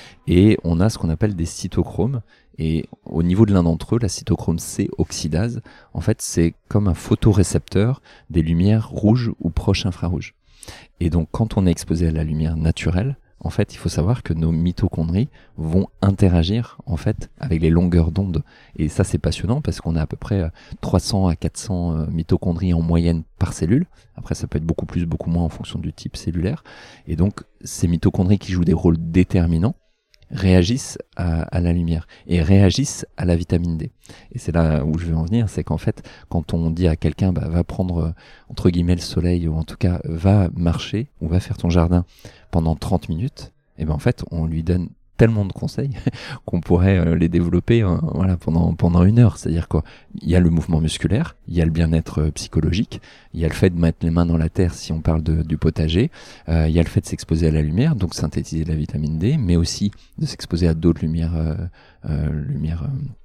et on a ce qu'on appelle des cytochromes. Et au niveau de l'un d'entre eux, la cytochrome C oxydase, en fait, c'est comme un photorécepteur des lumières rouges ou proches infrarouges. Et donc, quand on est exposé à la lumière naturelle, en fait, il faut savoir que nos mitochondries vont interagir, en fait, avec les longueurs d'onde. Et ça, c'est passionnant parce qu'on a à peu près trois cents à quatre cents mitochondries en moyenne par cellule. Après, ça peut être beaucoup plus, beaucoup moins en fonction du type cellulaire. Et donc, ces mitochondries qui jouent des rôles déterminants réagissent à, à la lumière et réagissent à la vitamine D. Et c'est là où je veux en venir, c'est qu'en fait, quand on dit à quelqu'un bah, va prendre euh, entre guillemets le soleil, ou en tout cas va marcher ou va faire ton jardin pendant trente minutes, et ben en fait on lui donne tellement de conseils qu'on pourrait euh, les développer euh, voilà pendant pendant une heure. C'est-à-dire quoi, il y a le mouvement musculaire, il y a le bien-être euh, psychologique, il y a le fait de mettre les mains dans la terre si on parle de, du potager, euh, il y a le fait de s'exposer à la lumière, donc synthétiser de la vitamine D, mais aussi de s'exposer à d'autres lumières euh, euh, lumières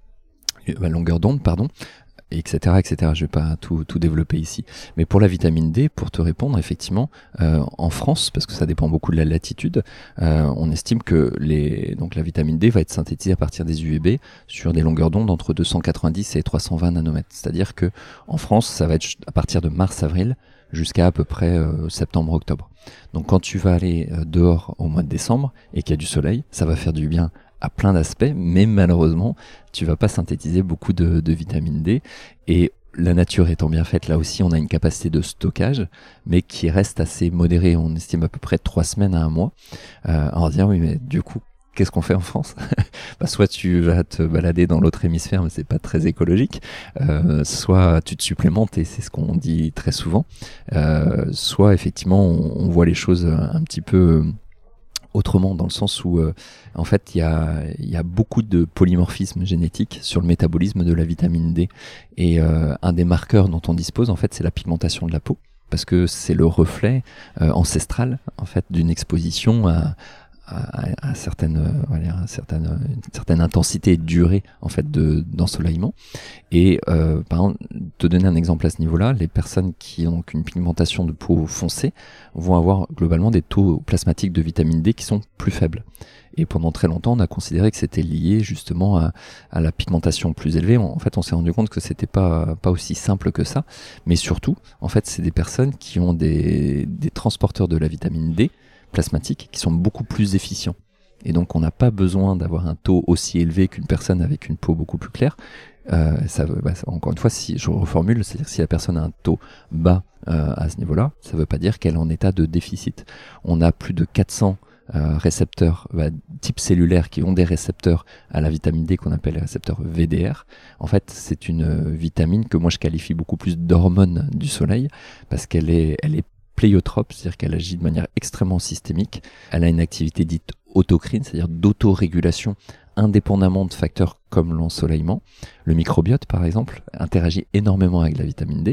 euh, longueur d'onde pardon, etc etc. Je vais pas tout tout développer ici, mais pour la vitamine D, pour te répondre, effectivement, euh, en France, parce que ça dépend beaucoup de la latitude, euh, on estime que les donc la vitamine D va être synthétisée à partir des U V B sur des longueurs d'onde entre deux cent quatre-vingt-dix et trois cent vingt nanomètres. C'est-à-dire que en France, ça va être à partir de mars-avril jusqu'à à peu près euh, septembre-octobre. Donc quand tu vas aller euh, dehors au mois de décembre et qu'il y a du soleil, ça va faire du bien à plein d'aspects, mais malheureusement, tu vas pas synthétiser beaucoup de, de vitamine D. Et la nature étant bien faite, là aussi, on a une capacité de stockage, mais qui reste assez modérée. On estime à peu près trois semaines à un mois. Euh, alors dire, oui, mais du coup, qu'est-ce qu'on fait en France? Bah, soit tu vas te balader dans l'autre hémisphère, mais c'est pas très écologique. Euh, soit tu te supplémentes, et c'est ce qu'on dit très souvent. Euh, soit effectivement, on, on voit les choses un petit peu autrement, dans le sens où euh, en fait il y a, y a beaucoup de polymorphisme génétique sur le métabolisme de la vitamine D, et euh, un des marqueurs dont on dispose en fait c'est la pigmentation de la peau, parce que c'est le reflet euh, ancestral en fait d'une exposition à à, à certaines, euh, voilà, à certaines, une certaine intensité et durée en fait de d'ensoleillement. Et euh, par exemple, te donner un exemple à ce niveau-là, les personnes qui ont une pigmentation de peau foncée vont avoir globalement des taux plasmatiques de vitamine D qui sont plus faibles. Et pendant très longtemps, on a considéré que c'était lié justement à, à la pigmentation plus élevée. En fait, on s'est rendu compte que c'était pas pas aussi simple que ça. Mais surtout, en fait, c'est des personnes qui ont des des transporteurs de la vitamine D plasmatiques qui sont beaucoup plus efficients. Et donc, on n'a pas besoin d'avoir un taux aussi élevé qu'une personne avec une peau beaucoup plus claire. Euh, ça veut, bah, encore une fois, si je reformule, c'est-à-dire que si la personne a un taux bas euh, à ce niveau-là, ça ne veut pas dire qu'elle est en état de déficit. On a plus de quatre cents euh, récepteurs bah, type cellulaire qui ont des récepteurs à la vitamine D qu'on appelle les récepteurs V D R. En fait, c'est une vitamine que moi je qualifie beaucoup plus d'hormone du soleil parce qu'elle est, elle est pléiotrope, c'est-à-dire qu'elle agit de manière extrêmement systémique. Elle a une activité dite autocrine, c'est-à-dire d'autorégulation indépendamment de facteurs comme l'ensoleillement. Le microbiote, par exemple, interagit énormément avec la vitamine D.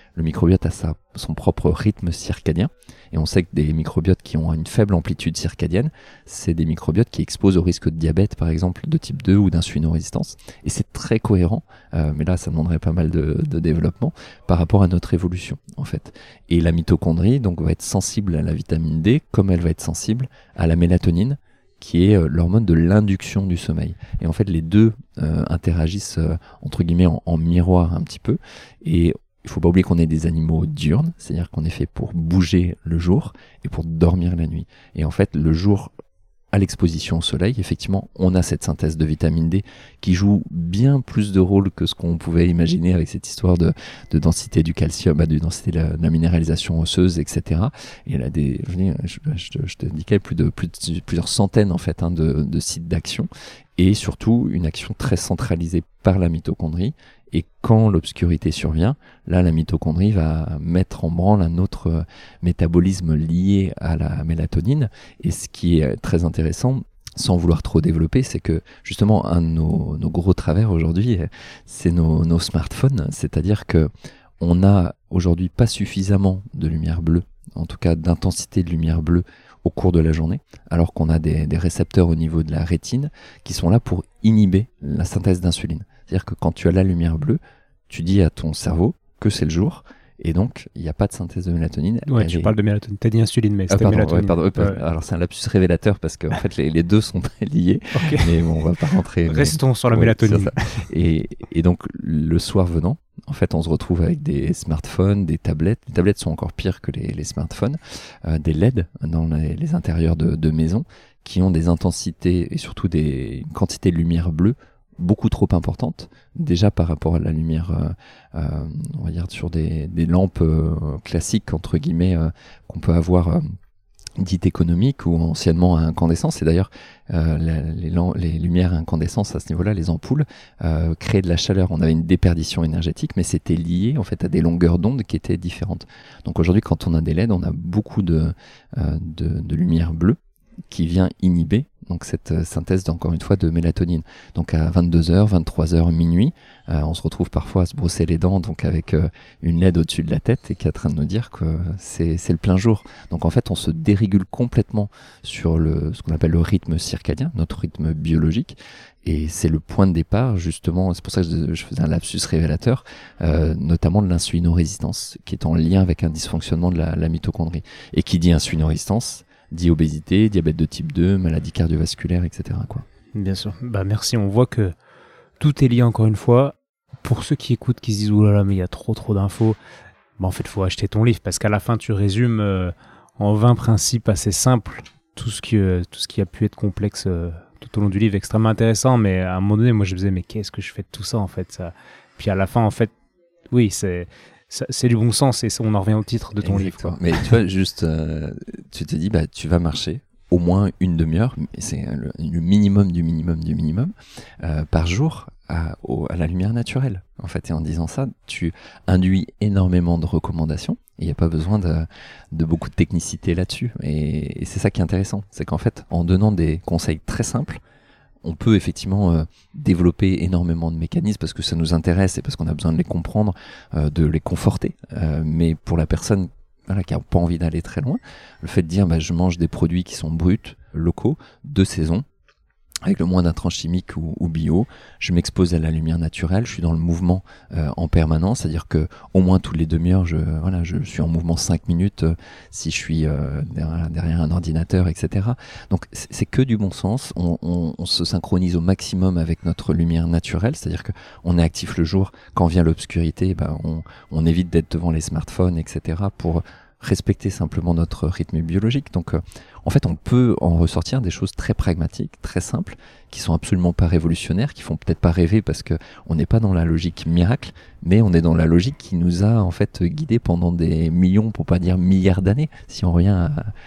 le microbiote a sa, son propre rythme circadien. Et on sait que des microbiotes qui ont une faible amplitude circadienne, c'est des microbiotes qui exposent au risque de diabète, par exemple, de type deux ou d'insulinorésistance. Et c'est très cohérent, euh, mais là, ça demanderait pas mal de, de développement par rapport à notre évolution, en fait. Et la mitochondrie, donc, va être sensible à la vitamine D, comme elle va être sensible à la mélatonine, qui est euh, l'hormone de l'induction du sommeil. Et en fait, les deux euh, interagissent, euh, entre guillemets, en, en miroir un petit peu. Et il faut pas oublier qu'on est des animaux diurnes, c'est-à-dire qu'on est fait pour bouger le jour et pour dormir la nuit. Et en fait, le jour, à l'exposition au soleil, effectivement, on a cette synthèse de vitamine D qui joue bien plus de rôle que ce qu'on pouvait imaginer avec cette histoire de, de densité du calcium, bah, de densité de la, de la minéralisation osseuse, et cetera. Et elle a des, je, je, je te indiquais plus de, plus de plusieurs centaines en fait hein, de, de sites d'action et surtout une action très centralisée par la mitochondrie. Et quand l'obscurité survient, là, la mitochondrie va mettre en branle un autre euh, métabolisme lié à la mélatonine. Et ce qui est très intéressant, sans vouloir trop développer, c'est que justement, un de nos, nos gros travers aujourd'hui, c'est nos, nos smartphones. C'est-à-dire que on a aujourd'hui pas suffisamment de lumière bleue, en tout cas d'intensité de lumière bleue au cours de la journée, alors qu'on a des, des récepteurs au niveau de la rétine qui sont là pour inhiber la synthèse d'insuline. C'est-à-dire que quand tu as la lumière bleue, tu dis à ton cerveau que c'est le jour, et donc il n'y a pas de synthèse de mélatonine. Ouais, tu est... parles de mélatonine. T'as dit insuline, mais c'était ah, pardon, mélatonine. Ouais, pardon, ouais, ouais. Alors c'est un lapsus révélateur parce qu'en fait les, les deux sont très liés, Okay. mais bon, on va pas rentrer. Restons mais... sur la ouais, mélatonine. Sur et, et donc le soir venant, en fait, on se retrouve avec des smartphones, des tablettes. Les tablettes sont encore pires que les, les smartphones, euh, des L E D dans les, les intérieurs de, de maisons qui ont des intensités et surtout des une quantité de lumière bleue beaucoup trop importante, déjà par rapport à la lumière, euh, euh, on va dire sur des, des lampes euh, classiques, entre guillemets, euh, qu'on peut avoir euh, dites économiques ou anciennement à incandescence. Et d'ailleurs, euh, la, les, les lumières à incandescence à ce niveau-là, les ampoules, euh, créaient de la chaleur. On avait une déperdition énergétique, mais c'était lié en fait à des longueurs d'onde qui étaient différentes. Donc aujourd'hui, quand on a des L E D, on a beaucoup de, euh, de, de lumière bleue qui vient inhiber donc cette synthèse encore une fois de mélatonine. Donc à vingt-deux heures, vingt-trois heures, minuit, euh, on se retrouve parfois à se brosser les dents donc avec euh, une L E D au-dessus de la tête et qui est en train de nous dire que c'est, c'est le plein jour. Donc en fait on se dérégule complètement sur le, ce qu'on appelle le rythme circadien, notre rythme biologique. Et c'est le point de départ, justement, c'est pour ça que je, je faisais un lapsus révélateur, euh, notamment de l'insulinorésistance, qui est en lien avec un dysfonctionnement de la, la mitochondrie. Et qui dit insulinorésistance, dit obésité, diabète de type deux, maladie cardiovasculaire, et cetera, quoi. Bien sûr. Bah merci, on voit que tout est lié encore une fois. Pour ceux qui écoutent, qui se disent « Oulala, mais il y a trop trop d'infos », bah en fait, il faut acheter ton livre, parce qu'à la fin, tu résumes euh, en vingt principes assez simples tout ce qui, euh, tout ce qui a pu être complexe euh, tout au long du livre, extrêmement intéressant, mais à un moment donné, moi je me disais « Mais qu'est-ce que je fais de tout ça, en fait ça ?» Puis à la fin, en fait, oui, c'est... Ça, c'est du bon sens et on en revient au titre de ton Exactement. livre. Quoi. Mais tu vois, juste, euh, tu te dis, bah, tu vas marcher au moins une demi-heure, c'est le, le minimum du minimum du minimum, euh, par jour à, au, à la lumière naturelle. En fait, et en disant ça, tu induis énormément de recommandations. Il n'y a pas besoin de, de beaucoup de technicité là-dessus. Et, et c'est ça qui est intéressant. C'est qu'en fait, en donnant des conseils très simples, on peut effectivement euh, développer énormément de mécanismes parce que ça nous intéresse et parce qu'on a besoin de les comprendre, euh, de les conforter. Euh, mais pour la personne voilà, qui n'a pas envie d'aller très loin, le fait de dire bah, je mange des produits qui sont bruts, locaux, de saison, avec le moins d'intrants chimiques ou, ou bio, je m'expose à la lumière naturelle, je suis dans le mouvement euh, en permanence, c'est-à-dire que au moins toutes les demi-heures, je, voilà, je suis en mouvement cinq minutes euh, si je suis euh, derrière, derrière un ordinateur, et cetera. Donc c'est, c'est que du bon sens, on, on, on se synchronise au maximum avec notre lumière naturelle, c'est-à-dire que on est actif le jour, quand vient l'obscurité, bah, on, on évite d'être devant les smartphones, et cetera pour respecter simplement notre rythme biologique. Donc euh, en fait on peut en ressortir des choses très pragmatiques, très simples, qui sont absolument pas révolutionnaires, qui font peut-être pas rêver parce que on n'est pas dans la logique miracle, mais on est dans la logique qui nous a en fait guidés pendant des millions, pour pas dire milliards d'années. Si on revient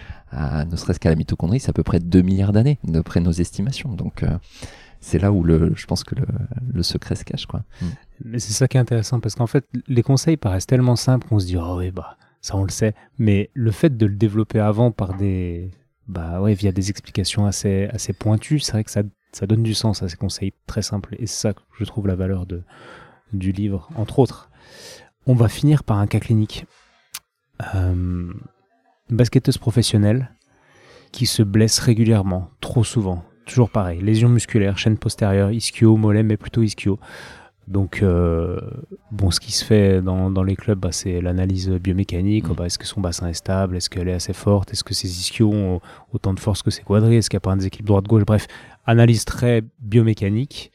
à, à ne serait-ce qu'à la mitochondrie, c'est à peu près deux milliards d'années d'après nos estimations. Donc euh, c'est là où le, je pense que le, le secret se cache, quoi. Mm. Mais c'est ça qui est intéressant parce qu'en fait les conseils paraissent tellement simples qu'on se dit oh oui bah ça on le sait, mais le fait de le développer avant par des, bah ouais, via des explications assez, assez pointues, c'est vrai que ça, ça donne du sens à ces conseils très simples, et c'est ça que je trouve la valeur de, du livre, entre autres. On va finir par un cas clinique. Euh, une basketteuse professionnelle qui se blesse régulièrement, trop souvent, toujours pareil, lésions musculaires, chaîne postérieure, ischio, mollet, mais plutôt ischio. Donc, euh, bon, ce qui se fait dans, dans les clubs, bah, c'est l'analyse biomécanique. Mmh. Bah, est-ce que son bassin est stable? Est-ce qu'elle est assez forte? Est-ce que ses ischios ont autant de force que ses quadris? Est-ce qu'il n'y a pas un déséquilibre droite-gauche? Bref, analyse très biomécanique.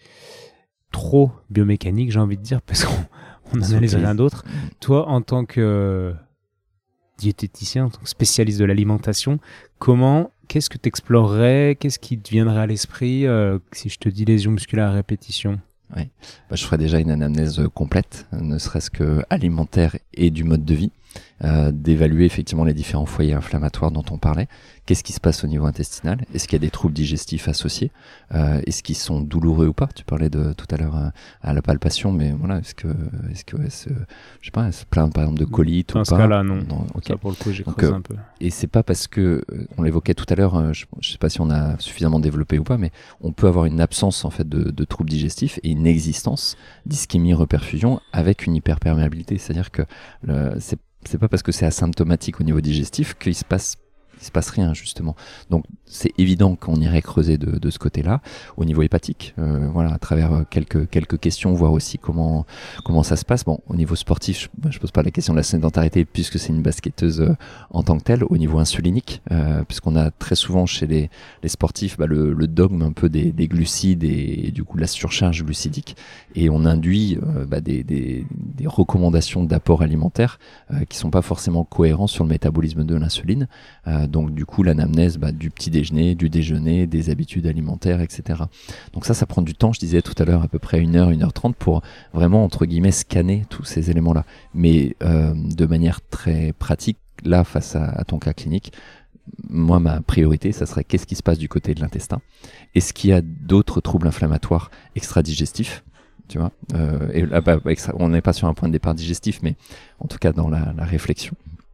Trop biomécanique, j'ai envie de dire, parce qu'on on analyse rien d'autre. Toi, en tant que diététicien, en tant que spécialiste de l'alimentation, comment, qu'est-ce que tu explorerais? Qu'est-ce qui te viendrait à l'esprit euh, si je te dis lésions musculaires à répétition? Oui, bah, je ferai déjà une anamnèse complète, ne serait-ce que alimentaire et du mode de vie, euh, d'évaluer effectivement les différents foyers inflammatoires dont on parlait. Qu'est-ce qui se passe au niveau intestinal? Est-ce qu'il y a des troubles digestifs associés? euh, Est-ce qu'ils sont douloureux ou pas? Tu parlais de tout à l'heure euh, à la palpation, mais voilà, est-ce que, est-ce que, est-ce, je sais pas, est-ce plein par exemple de colites Dans ou ce pas? cas-là, non. non okay. Ça pour le coup, j'ai Donc, creusé euh, un peu. Et c'est pas parce que, on l'évoquait tout à l'heure, euh, je, je sais pas si on a suffisamment développé ou pas, mais on peut avoir une absence en fait de, de troubles digestifs et une existence d'ischémie-reperfusion avec une hyperperméabilité. C'est-à-dire que le, c'est c'est pas parce que c'est asymptomatique au niveau digestif qu'il se passe il se passe rien justement. Donc c'est évident qu'on irait creuser de, de ce côté-là. Au niveau hépatique, euh, voilà, à travers quelques quelques questions, voir aussi comment comment ça se passe. Bon, au niveau sportif, je, je pose pas la question de la sédentarité puisque c'est une basketteuse euh, en tant que telle. Au niveau insulinique, euh, puisqu'on a très souvent chez les les sportifs bah, le, le dogme un peu des, des glucides et, et du coup la surcharge glucidique, et on induit euh, bah, des, des des recommandations d'apport alimentaire euh, qui sont pas forcément cohérents sur le métabolisme de l'insuline. Euh, donc du coup l'anamnèse bah, du petit déjeuner, du déjeuner, des habitudes alimentaires, et cetera. Donc ça, ça prend du temps, je disais tout à l'heure, à peu près une heure, une heure trente pour vraiment, entre guillemets, scanner tous ces éléments-là. Mais euh, de manière très pratique, là, face à, à ton cas clinique, moi, ma priorité, ça serait qu'est-ce qui se passe du côté de l'intestin? Est-ce qu'il y a d'autres troubles inflammatoires extra-digestifs? Tu vois, euh, et là, bah, extra, on n'est pas sur un point de départ digestif, mais en tout cas dans la, la réflexion.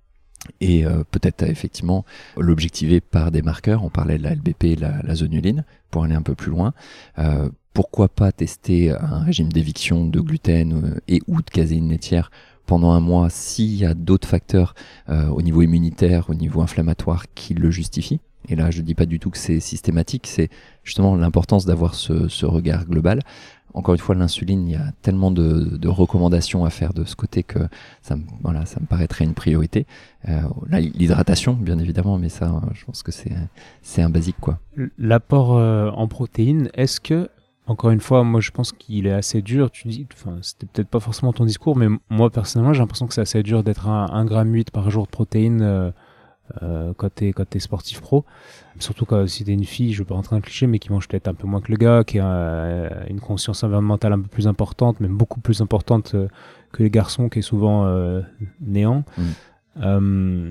Et euh, peut-être effectivement l'objectiver par des marqueurs. On parlait de la L B P, la, la zonuline, pour aller un peu plus loin. Euh, pourquoi pas tester un régime d'éviction de gluten euh, et ou de caséine laitière pendant un mois s'il y a d'autres facteurs euh, au niveau immunitaire, au niveau inflammatoire qui le justifient. Et là, je dis pas du tout que c'est systématique, c'est justement l'importance d'avoir ce, ce regard global. Encore une fois, l'insuline, il y a tellement de, de recommandations à faire de ce côté que ça me, voilà, ça me paraîtrait une priorité. Euh, là, l'hydratation, bien évidemment, mais ça, je pense que c'est, c'est un basique, quoi. L'apport euh, en protéines, est-ce que, encore une fois, moi je pense qu'il est assez dur. Tu dis, enfin, c'était peut-être pas forcément ton discours, mais moi personnellement, j'ai l'impression que c'est assez dur d'être à un virgule huit gramme par jour de protéines. Euh, Euh, quand t'es quand t'es sportif pro, surtout quand si t'es une fille, je veux pas rentrer dans le cliché, mais qui mange peut-être un peu moins que le gars, qui a euh, une conscience environnementale un peu plus importante, même beaucoup plus importante euh, que les garçons, qui est souvent euh, néant. Mmh. Euh,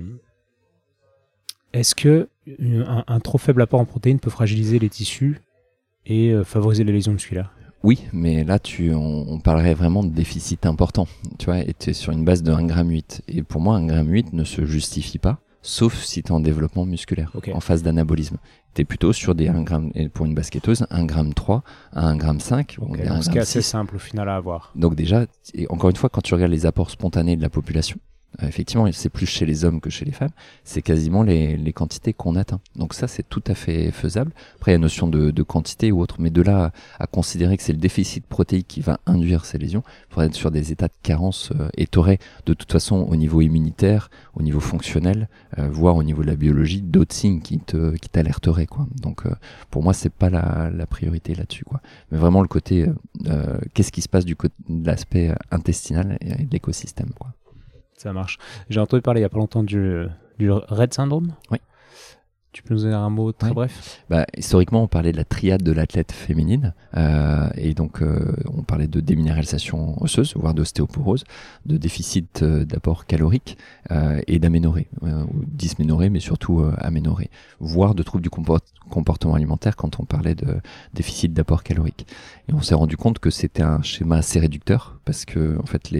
est-ce que un, un trop faible apport en protéines peut fragiliser les tissus et euh, favoriser les lésions musculaires? Oui, mais là, tu, on, on parlerait vraiment de déficit important, tu vois, et tu es sur une base de un virgule huit grammes. Et pour moi, un virgule huit ne se justifie pas, sauf si tu es en développement musculaire, okay. En phase d'anabolisme. Tu es plutôt sur des un gramme, et pour une basketteuse, un virgule trois gramme à un virgule cinq gramme. Okay, donc ce qui est assez simple au final à avoir. Donc déjà, et encore une fois, quand tu regardes les apports spontanés de la population, Euh, effectivement, c'est plus chez les hommes que chez les femmes, c'est quasiment les, les quantités qu'on atteint. Donc ça, c'est tout à fait faisable. Après, il y a une notion de, de quantité ou autre, mais de là à, à considérer que c'est le déficit protéique qui va induire ces lésions, il faudrait être sur des états de carence euh, et t'aurais de toute façon au niveau immunitaire, au niveau fonctionnel, euh, voire au niveau de la biologie, d'autres signes qui te qui t'alerteraient, quoi. Donc euh, pour moi, c'est pas la, la priorité là-dessus, quoi. Mais vraiment le côté euh, qu'est-ce qui se passe du côté de l'aspect intestinal et de l'écosystème, quoi. Ça marche. J'ai entendu parler il n'y a pas longtemps du, du Rett syndrome. Oui. Tu peux nous donner un mot très oui. bref? Bah, historiquement, on parlait de la triade de l'athlète féminine. Euh, et donc, euh, on parlait de déminéralisation osseuse, voire d'ostéoporose, de déficit euh, d'apport calorique euh, et d'aménorrhée, euh, ou dysménorrhée, mais surtout euh, aménorrhée, voire de troubles du comport- comportement alimentaire quand on parlait de déficit d'apport calorique. Et on s'est rendu compte que c'était un schéma assez réducteur parce que, en fait, les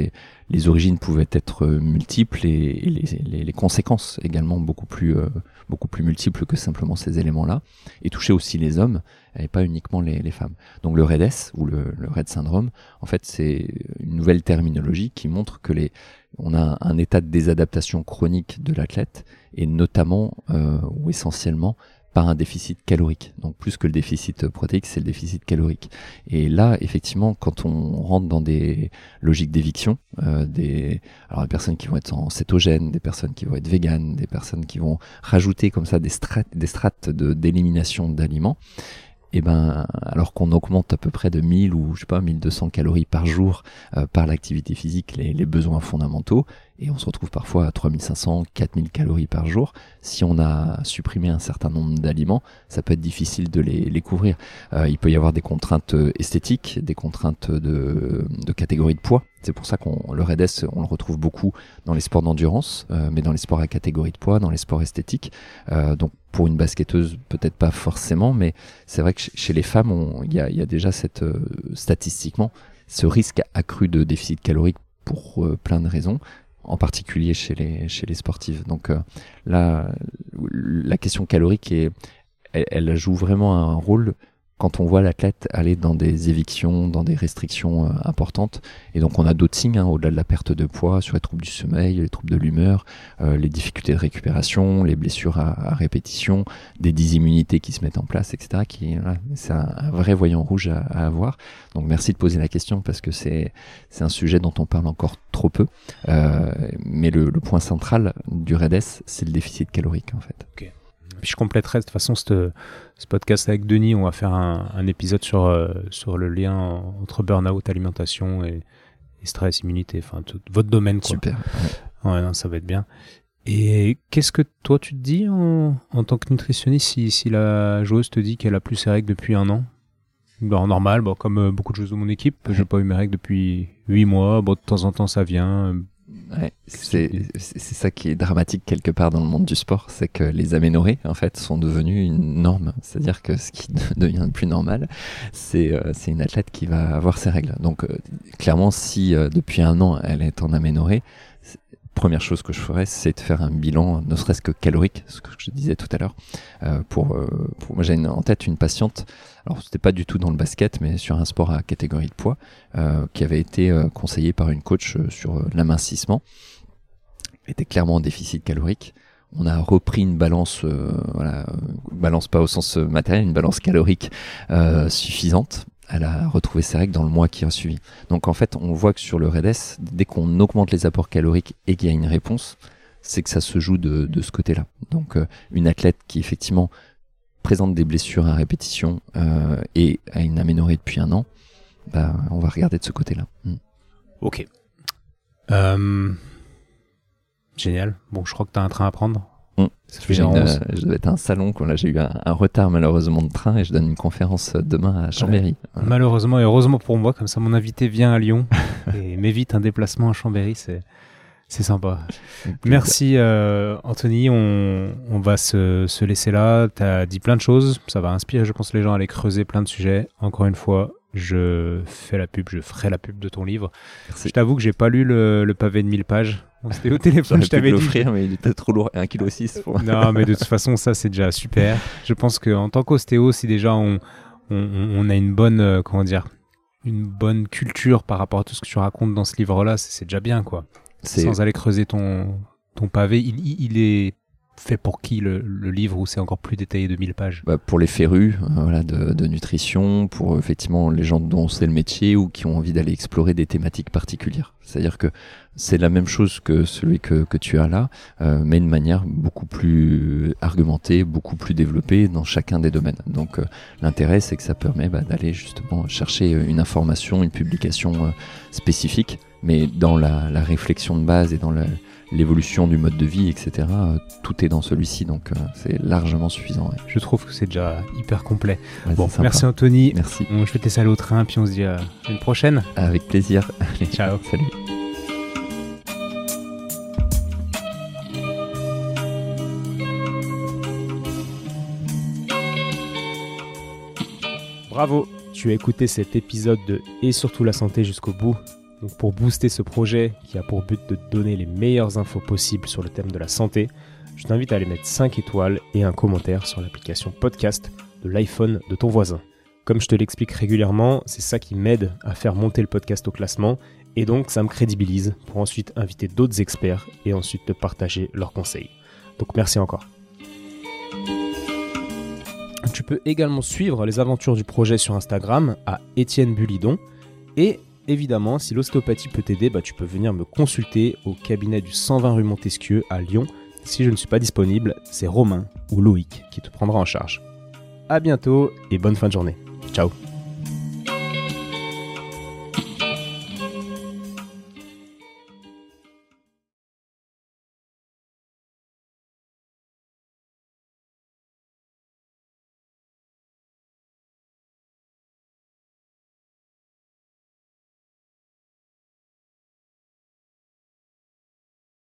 les origines pouvaient être multiples et, et les, les, les conséquences également beaucoup plus, euh, beaucoup plus multiples que simplement ces éléments-là, et toucher aussi les hommes et pas uniquement les, les femmes. Donc le R E D S ou le, le Rett syndrome, en fait, c'est une nouvelle terminologie qui montre que les, on a un état de désadaptation chronique de l'athlète, et notamment euh, ou essentiellement par un déficit calorique. Donc plus que le déficit protéique, c'est le déficit calorique. Et là, effectivement, quand on rentre dans des logiques d'éviction, euh, des alors des personnes qui vont être en cétogène, des personnes qui vont être véganes, des personnes qui vont rajouter comme ça des strates, des strates de, d'élimination d'aliments, et ben, alors qu'on augmente à peu près de mille ou je sais pas mille deux cents calories par jour euh, par l'activité physique, les, les besoins fondamentaux, et on se retrouve parfois à trois mille cinq cents, quatre mille calories par jour. Si on a supprimé un certain nombre d'aliments, ça peut être difficile de les, les couvrir. Euh, il peut y avoir des contraintes esthétiques, des contraintes de, de catégorie de poids. C'est pour ça qu'on le R E D S, on le retrouve beaucoup dans les sports d'endurance, euh, mais dans les sports à catégorie de poids, dans les sports esthétiques. Euh, donc pour une basketteuse, peut-être pas forcément, mais c'est vrai que chez les femmes, il y a, y a déjà cette euh, statistiquement ce risque accru de déficit calorique pour euh, plein de raisons, en particulier chez les chez les sportives. Donc euh, là, la question calorique est, elle, elle joue vraiment un rôle quand on voit l'athlète aller dans des évictions, dans des restrictions euh, importantes. Et donc on a d'autres signes, hein, au-delà de la perte de poids, sur les troubles du sommeil, les troubles de l'humeur, euh, les difficultés de récupération, les blessures à, à répétition, des dysimmunités qui se mettent en place, et cetera. Qui, voilà, c'est un, un vrai voyant rouge à, à avoir. Donc merci de poser la question, parce que c'est, c'est un sujet dont on parle encore trop peu. Euh, mais le, le point central du R E D S, c'est le déficit calorique en fait. Ok. Puis je compléterai de toute façon cette, ce podcast avec Denis. On va faire un, un épisode sur, euh, sur le lien entre burn-out, alimentation et, et stress, immunité, enfin tout, votre domaine, quoi. Super. Ouais, ouais, non, ça va être bien. Et qu'est-ce que toi tu te dis en, en tant que nutritionniste si, si la joueuse te dit qu'elle a plus ses règles depuis un an? Bon, normal, bon, comme beaucoup de joueuses de mon équipe, ouais. J'ai pas eu mes règles depuis huit mois. Bon, de temps en temps ça vient. Ouais, c'est, c'est ça qui est dramatique quelque part dans le monde du sport, c'est que les aménorrhées en fait sont devenues une norme. C'est-à-dire que ce qui devient plus normal, c'est euh, c'est une athlète qui va avoir ses règles. Donc euh, clairement, si euh, depuis un an elle est en aménorrhée, première chose que je ferais, c'est de faire un bilan, ne serait-ce que calorique, ce que je disais tout à l'heure. Euh, pour, euh, pour, moi, j'ai une, en tête une patiente, alors c'était pas du tout dans le basket, mais sur un sport à catégorie de poids, euh, qui avait été euh, conseillée par une coach euh, sur euh, l'amincissement. Elle était clairement en déficit calorique. On a repris une balance, euh, voilà, balance pas au sens matériel, une balance calorique euh, suffisante. Elle a retrouvé ses règles dans le mois qui a suivi. Donc en fait, on voit que sur le R E D S, dès qu'on augmente les apports caloriques et qu'il y a une réponse, c'est que ça se joue de, de ce côté-là. Donc euh, une athlète qui effectivement présente des blessures à répétition euh, et a une aménorrhée depuis un an, bah, on va regarder de ce côté-là. Mm. Ok. Euh... Génial. Bon, je crois que tu as un train à prendre. Mmh. J'ai une, euh, je devais être à un salon, quoi. Là j'ai eu un, un retard malheureusement de train et je donne une conférence demain à Chambéry. Ouais. Voilà. Malheureusement et heureusement pour moi, comme ça mon invité vient à Lyon et m'évite un déplacement à Chambéry, c'est, c'est sympa. Merci euh, Anthony, on, on va se, se laisser là. Tu as dit plein de choses, ça va inspirer je pense les gens à aller creuser plein de sujets. Encore une fois, je fais la pub, je ferai la pub de ton livre. Merci. Je t'avoue que j'ai pas lu le, le pavé de mille pages. On s'était au téléphone, je t'avais dit. L'offrir, mais il était trop lourd, un virgule six kilos. Pour... Non, mais de toute façon, ça, c'est déjà super. Je pense qu'en tant qu'ostéo, si déjà on, on, on a une bonne, euh, comment dire, une bonne culture par rapport à tout ce que tu racontes dans ce livre-là, c'est, c'est déjà bien, quoi. C'est... Sans aller creuser ton, ton pavé, il, il est fait pour qui le, le livre où c'est encore plus détaillé de mille pages? Bah pour les férus euh, voilà, de, de nutrition, pour effectivement les gens dont c'est le métier ou qui ont envie d'aller explorer des thématiques particulières. C'est-à-dire que c'est la même chose que celui que, que tu as là, euh, mais de manière beaucoup plus argumentée, beaucoup plus développée dans chacun des domaines. Donc euh, l'intérêt, c'est que ça permet bah, d'aller justement chercher une information, une publication euh, spécifique, mais dans la, la réflexion de base et dans la l'évolution du mode de vie, et cetera. Euh, tout est dans celui-ci, donc euh, c'est largement suffisant. Ouais. Je trouve que c'est déjà hyper complet. Ouais, bon, merci Anthony. Merci. Bon, je vais te laisser aller au train, puis on se dit à une prochaine. Avec plaisir. Allez, ciao. Salut. Bravo, tu as écouté cet épisode de Et surtout la santé jusqu'au bout. Donc pour booster ce projet qui a pour but de te donner les meilleures infos possibles sur le thème de la santé, je t'invite à aller mettre cinq étoiles et un commentaire sur l'application podcast de l'iPhone de ton voisin. Comme je te l'explique régulièrement, c'est ça qui m'aide à faire monter le podcast au classement et donc ça me crédibilise pour ensuite inviter d'autres experts et ensuite te partager leurs conseils. Donc merci encore. Tu peux également suivre les aventures du projet sur Instagram à Étienne Bulidon et évidemment, si l'ostéopathie peut t'aider, bah, tu peux venir me consulter au cabinet du cent vingt rue Montesquieu à Lyon. Si je ne suis pas disponible, c'est Romain ou Loïc qui te prendra en charge. À bientôt et bonne fin de journée. Ciao.